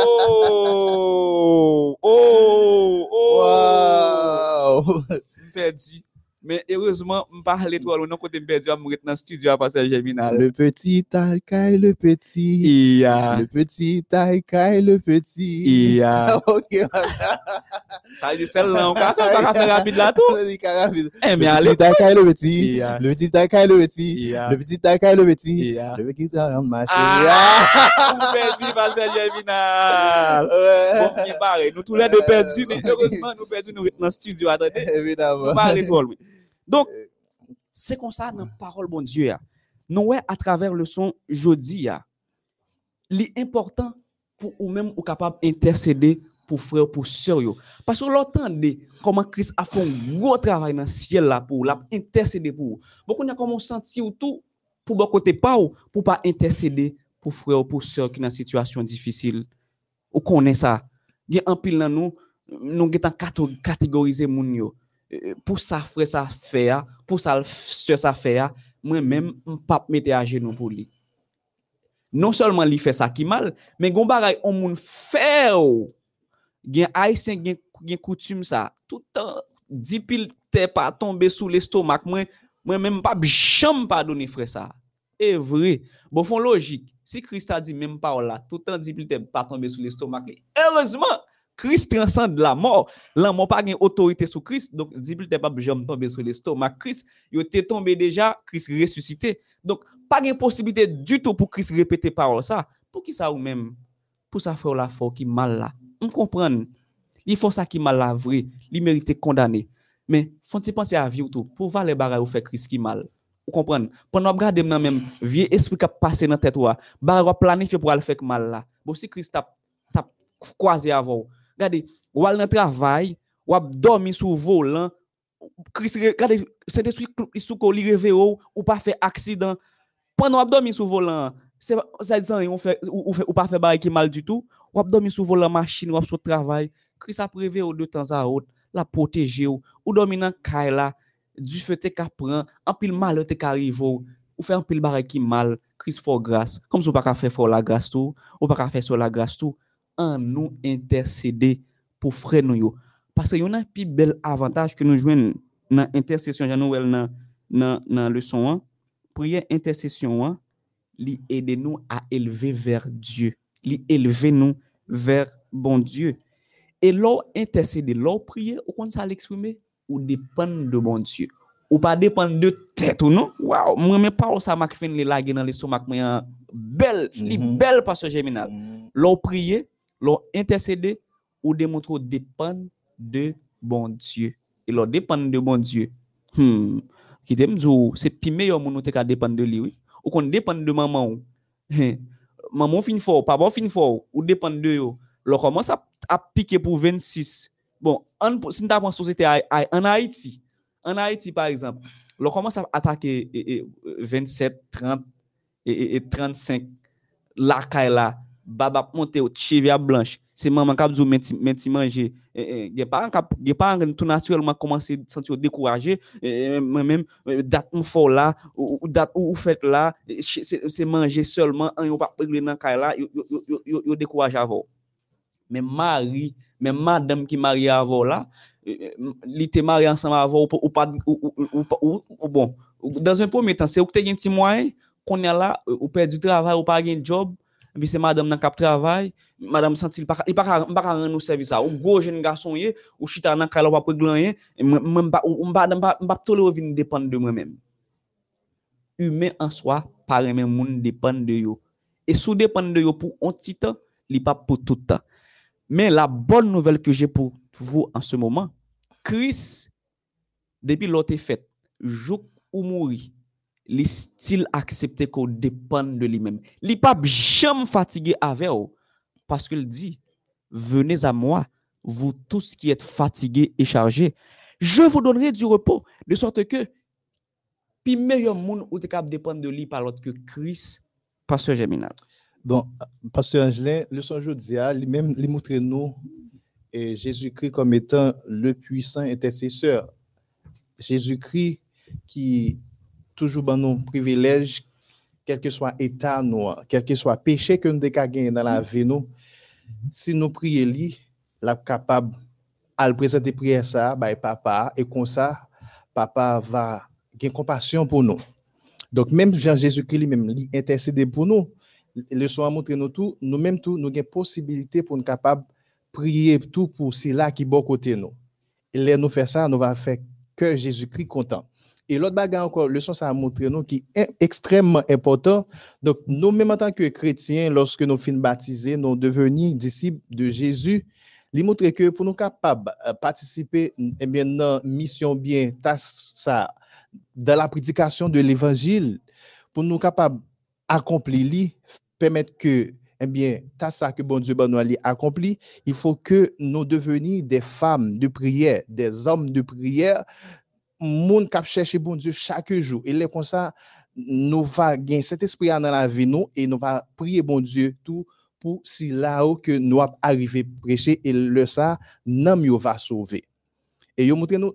Oh, oh, oh. Wow. Perdu. Mais heureusement, je parle toi, non côté perdu, je suis dans le studio à passer Germinal. Le petit alcaille, le petit. Yeah. Le petit alcaille, le petit. Yeah. Ok. Ça veut dire celle-là, on va faire rapide là tout. Le carabine. Eh, mais Le allez. petit alcaille, le petit. Yeah. Le petit alcaille, le petit. Yeah. Le petit alcaille, le petit. Yeah. Le petit alcaille, le petit. Ah, vous perdu, passer Germinal. Bon, qui barré. Nous tous les deux perdus, mais heureusement, nous perdus, nous dans le studio. Attendez. Évidemment. Nous parler toi, lui. Donc, c'est comme ça dans la parole bon Dieu. Nous ouais à travers le son jeudi, l'important pour ou même ou capable intercéder pour frère pour sœur yo. Parce que l'entendez comment Christ a fait un gros travail dans le ciel là pour la intercéder pour. Beaucoup n'a comment sentir tout pour bon côté pas ou pour pas intercéder pour frère pour sœur qui dans situation difficile. Ou connaît ça. Il y a un pile dans nous nous getan catégoriser moun yo. Pour ça frère ça faire, pour ça sœur ça faire, moi même pas mettre à genoux pour lui. Non seulement lui fait ça qui mal, mais gon bagay on moun fait. Gen haïtien gen gen coutume ça. Tout temps dix pile terre pas tomber sous l'estomac, moi moi même pas jamais pardonner frère ça. est vrai. Bon, fond logique. Si Christ a dit même parole là, tout le temps dit qu'il ne pas tomber sous l'estomac. Heureusement, Christ transcende la mort. La mort pas gain autorité sur Christ, donc dit qu'il ne pas jamais tomber sous l'estomac. Christ, il était tombé déjà, Christ ressuscité. Donc pas gain possibilité du tout pour Christ répéter parole ça. Pour qui ça ou même pour ça faire la foi qui mal là. On comprend. Il faut ça qui mal là vrai, il mérite condamné. Mais faut-il penser à vivre tout pour voir les bagages ou faire Christ qui mal. Vous comprenez? Pendant que regarder même vieux esprit qui passé dans tête wa, ba planifier pour aller faire mal là. Bon si Christ t'a t'a croisé avant. Regardez, ou al dans travail, ou dormi sous volant, Christ regardez cet esprit sous ko li réveille ou pas fait accident. Pendant ou dormi sous volant, c'est ça dit on fait ou fait ou pas fait bail qui mal du tout. Ou dormi sous volant machine ou sur travail, Christ a prévu de temps à autre, la protéger ou ou dormi dans caille là. Du fait que prend en pile mal te arrive ou fait un pile barre qui mal Christ for grâce comme si on pas faire for la grâce tout ou pas faire sur la grâce tout en nous intercéder pour frère nous yo parce que y en a plus bel avantage que nous joignent dans intercession Jean Noël dans dans dans leçon un prière intercession un li aider nous à élever vers Dieu li élever nous vers bon Dieu et l'on intercéder l'on prier ou qu'on ça l'exprimer ou dépendre de bon Dieu ou pas dépendre de tête ou non waouh moi mes paroles ça m'a fait les laguer dans l'estomac moi belle li belle pasteur Germinal l'on prier l'on intercéder ou démontrer dépendre de bon Dieu et l'on dépendre de bon Dieu hmm qui t'aime dire c'est plus meilleur mon te ka dépendre de lui oui ou qu'on dépend de maman maman fin fort papa fin fort ou dépend de yo l'on commence à, à piquer pour vingt-six. Bon, on, si nous avons une société en Haïti, en Haïti par exemple, on commence à attaquer vingt-sept, trente et trente-cinq, la caille là, baba monter au chevia blanche, c'est maman qui a dit menti manger, il y a pas il y a pas tout naturellement commencer à sentir découragé, même date on fort là ou date ou fait là, c'est manger seulement, on pas régler dans caille là, yo yo yo découragé avant. Mais mari, mais madame qui marie avant là, il était marié ensemble avant ou, ou pas ou, ou, ou, ou bon. Dans un premier temps, c'est ou que tu as un petit moyen qu'on est là, ou perd du travail ou pas un job, puis c'est madame dans cap travail, madame senti il pas il pas pas rendre nous service ça. Ou gros jeune garçon yé, ou chita dans kala pas gagner, même pas ou pas pas tolérer venir dépendre de moi-même. Humain en soi, par même monde dépend de yo. Et sous dépend de yo pour un petit temps, il pas pour tout temps. Mais la bonne nouvelle que j'ai pour vous en ce moment, Christ, depuis l'autre fait, jour ou mourir, il style accepté qu'on dépend de lui-même. Il n'est pas jamais fatigué avec vous, parce qu'il dit, venez à moi, vous tous qui êtes fatigués et chargés, je vous donnerai du repos, de sorte que, puis meilleur monde ou te cap dépendre de lui par l'autre que Christ, pasteur Germinal. Bon, pasteur Angelin, le son aujourd'hui, lui-même, il montre nous et Jésus-Christ comme étant le puissant intercesseur. Jésus-Christ qui toujours dans nos privilèges, quel que soit état nous, quel que soit péché que nous avons gagné dans la vie nous, si nous prions lui, la capable à le présenter prière ça, bah papa et comme ça, papa va avoir compassion pour nous. Donc même Jean Jésus-Christ lui-même lui intercéder pour nous. Le soir montrer nous tout, nous même tout nous avons possibilité pour nous capable prier tout pour cela qui bon côté nous. Et là nous faire ça, nous va faire que Jésus-Christ content. Et l'autre bagarre encore, le son ça a montré nous qui est extrêmement important. Donc nous même en tant que chrétiens, lorsque nous finissons baptisés, nous devenir disciples de Jésus, il montre que pour nous capables de participer eh bien dans mission bien tâche ça dans la prédication de l'évangile, pour nous capables accomplir li, permettre que eh bien tâche ça que bon Dieu ben nous accompli, il faut que nous devenions des femmes de prière, des hommes de prière. Moun k'ap chercher bon Dieu chaque jour et là comme ça nous va gagner cet esprit dans la vie nous et nous va prier bon Dieu tout pour si là où que nous arriver prêcher et le ça nam yo va sauver et yo montre nous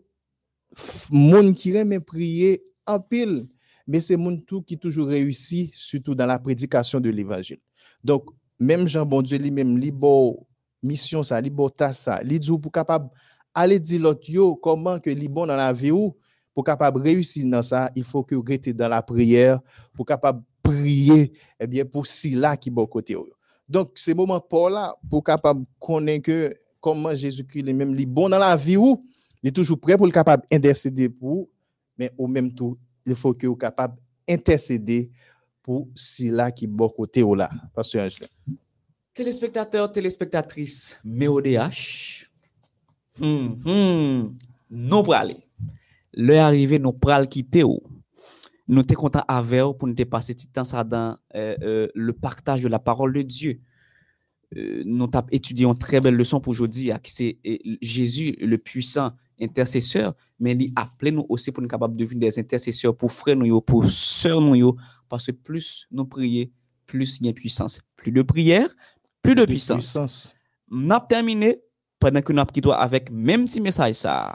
moun qui aime prier en pile mais c'est moun tout qui toujours réussit surtout dans la prédication de l'évangile. Donc même Jean bon Dieu lui même li bo mission ça li bo tâche ça li dit pour capable aller dire l'autre yo comment que li bon dans la vie ou pour capable réussir dans ça, il faut que vous restez dans la prière pour capable prier eh bien pour si là qui bon côté. Donc c'est moment pour là pour capable connaître que comment Jésus-Christ lui-même li bon dans la vie ou il est toujours prêt pour le capable intercéder pour mais au même temps il faut que vous capable intercéder pour si là qui bon côté ou là. Pasteur Angelin. Téléspectateurs, téléspectatrices, M O D H. Hmm, hmm. Nous pral. L'heure arrivée, nous pral quitter ou. Nous sommes contents avec vous pour nous passer petit temps ça dans euh, euh, le partage de la parole de Dieu. Euh, nous avons étudié une très belle leçon pour aujourd'hui, qui c'est euh, Jésus, le puissant intercesseur, mais il appelle nous aussi pour nous capables de devenir des intercesseurs pour frères nous, pour sœurs nous, parce que plus nous prions, plus il y a puissance. Plus de prière, plus de, de puissance. puissance. Nous avons terminé pendant que nous avons quitté avec même petit message ça.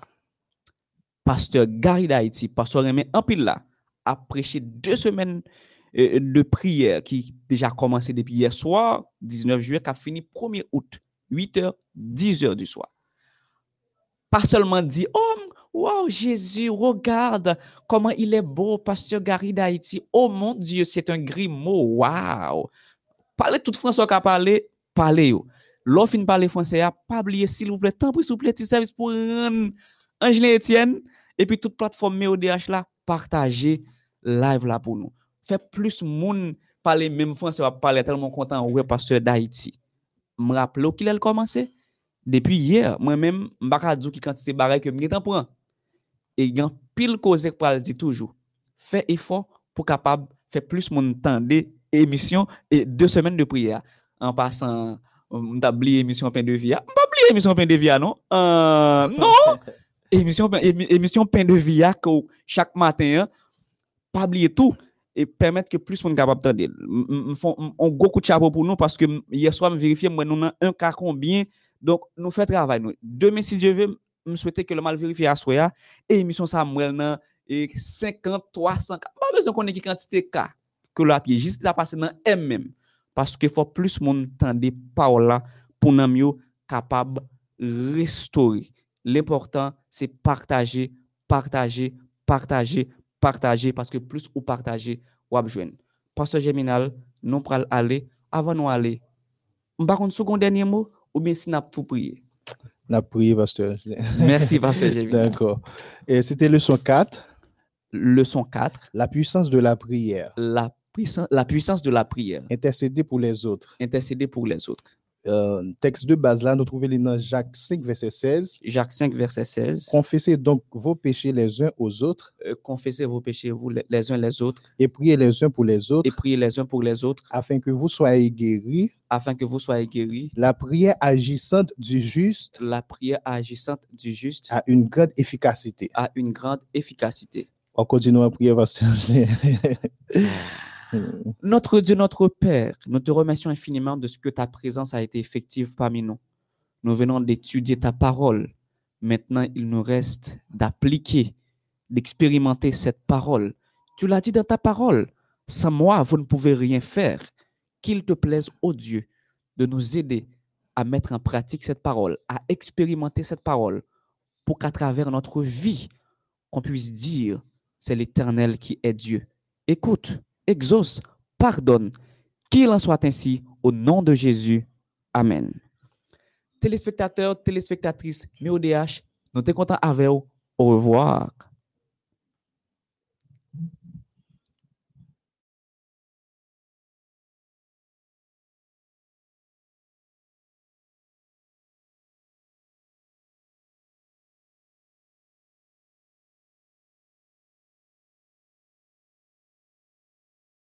Pasteur Gary d'Haïti, pasteur Rémy en pile là, a prêché deux semaines euh, de prière qui déjà commencé depuis hier soir, dix-neuf juillet, qui a fini premier août, huit heures, dix heures du soir. Pas seulement dit, oh, wow, Jésus, regarde comment il est beau, pasteur Gary d'Haïti. Oh mon Dieu, c'est un grimaud, wow. Parlez tout François qui a parlé, parlez yo. L'offre de parler français, pas oublier s'il vous plaît, tant pis s'il vous plaît, petit service pour Angelin Etienne et puis toute plateforme M O D H là, partagez live là pour nous. Fait plus monde parler même français, va parler tellement content ouais pasteur d'Haïti. Me rappelle qu'il a commencé depuis hier, moi-même m'baka dou qui quantité baray que m'getan prend. Et gan pile cause pour le dire toujours. Fait effort pour capable faire plus monde tendre émission et deux semaines de prière en passant on t'a oublié émission pain de vie. On pas oublier émission pain de vie non euh, non émission émission pain de vie chaque matin pas oublier tout et permettre que plus monde capable tendre on gros coup de chapeau pour nous parce que hier soir me vérifier moi nous un cas combien donc nous fait travail nous demain si Dieu veut me souhaiter que le mal vérifier à soya et émission ça moi nan et cinquante trois cents pas besoin qu'on ait qui quantité cas que la pied juste là passer dans M même parce que faut plus monde tendre parole là pour nan mieux capable de restaurer. L'important, c'est partager, partager, partager, partager, parce que plus ou partager, ou abjoindre. Pasteur Germinal, nous pral aller, avant nous aller, par contre, second dernier mot, ou bien si nous avons tout prié. On a prié, pasteur. Merci, pasteur Germinal. D'accord. Et c'était leçon quatre. Leçon quatre. La puissance de la prière. La puissance, la puissance de la prière. Intercéder pour les autres. Intercéder pour les autres. Euh, texte de base là, nous trouvons dans Jacques cinq, verset seize. Jacques cinq, verset seize. Confessez donc vos péchés les uns aux autres. Euh, confessez vos péchés vous les, les uns les autres. Et priez les uns pour les autres. Et priez les uns pour les autres. Afin que vous soyez guéris. Afin que vous soyez guéris. La prière agissante du juste. La prière agissante du juste. A une grande efficacité. A une grande efficacité. On continue à prier, pasteur. Notre Dieu, notre Père, nous te remercions infiniment de ce que ta présence a été effective parmi nous. Nous venons d'étudier ta parole. Maintenant, il nous reste d'appliquer, d'expérimenter cette parole. Tu l'as dit dans ta parole. Sans moi, vous ne pouvez rien faire. Qu'il te plaise, ô Dieu, de nous aider à mettre en pratique cette parole, à expérimenter cette parole, pour qu'à travers notre vie, qu'on puisse dire, c'est l'Éternel qui est Dieu. Écoute, exauce, pardonne, qu'il en soit ainsi au nom de Jésus. Amen. Téléspectateurs, téléspectatrices, M E O D H, nous sommes contents avec vous. Au revoir.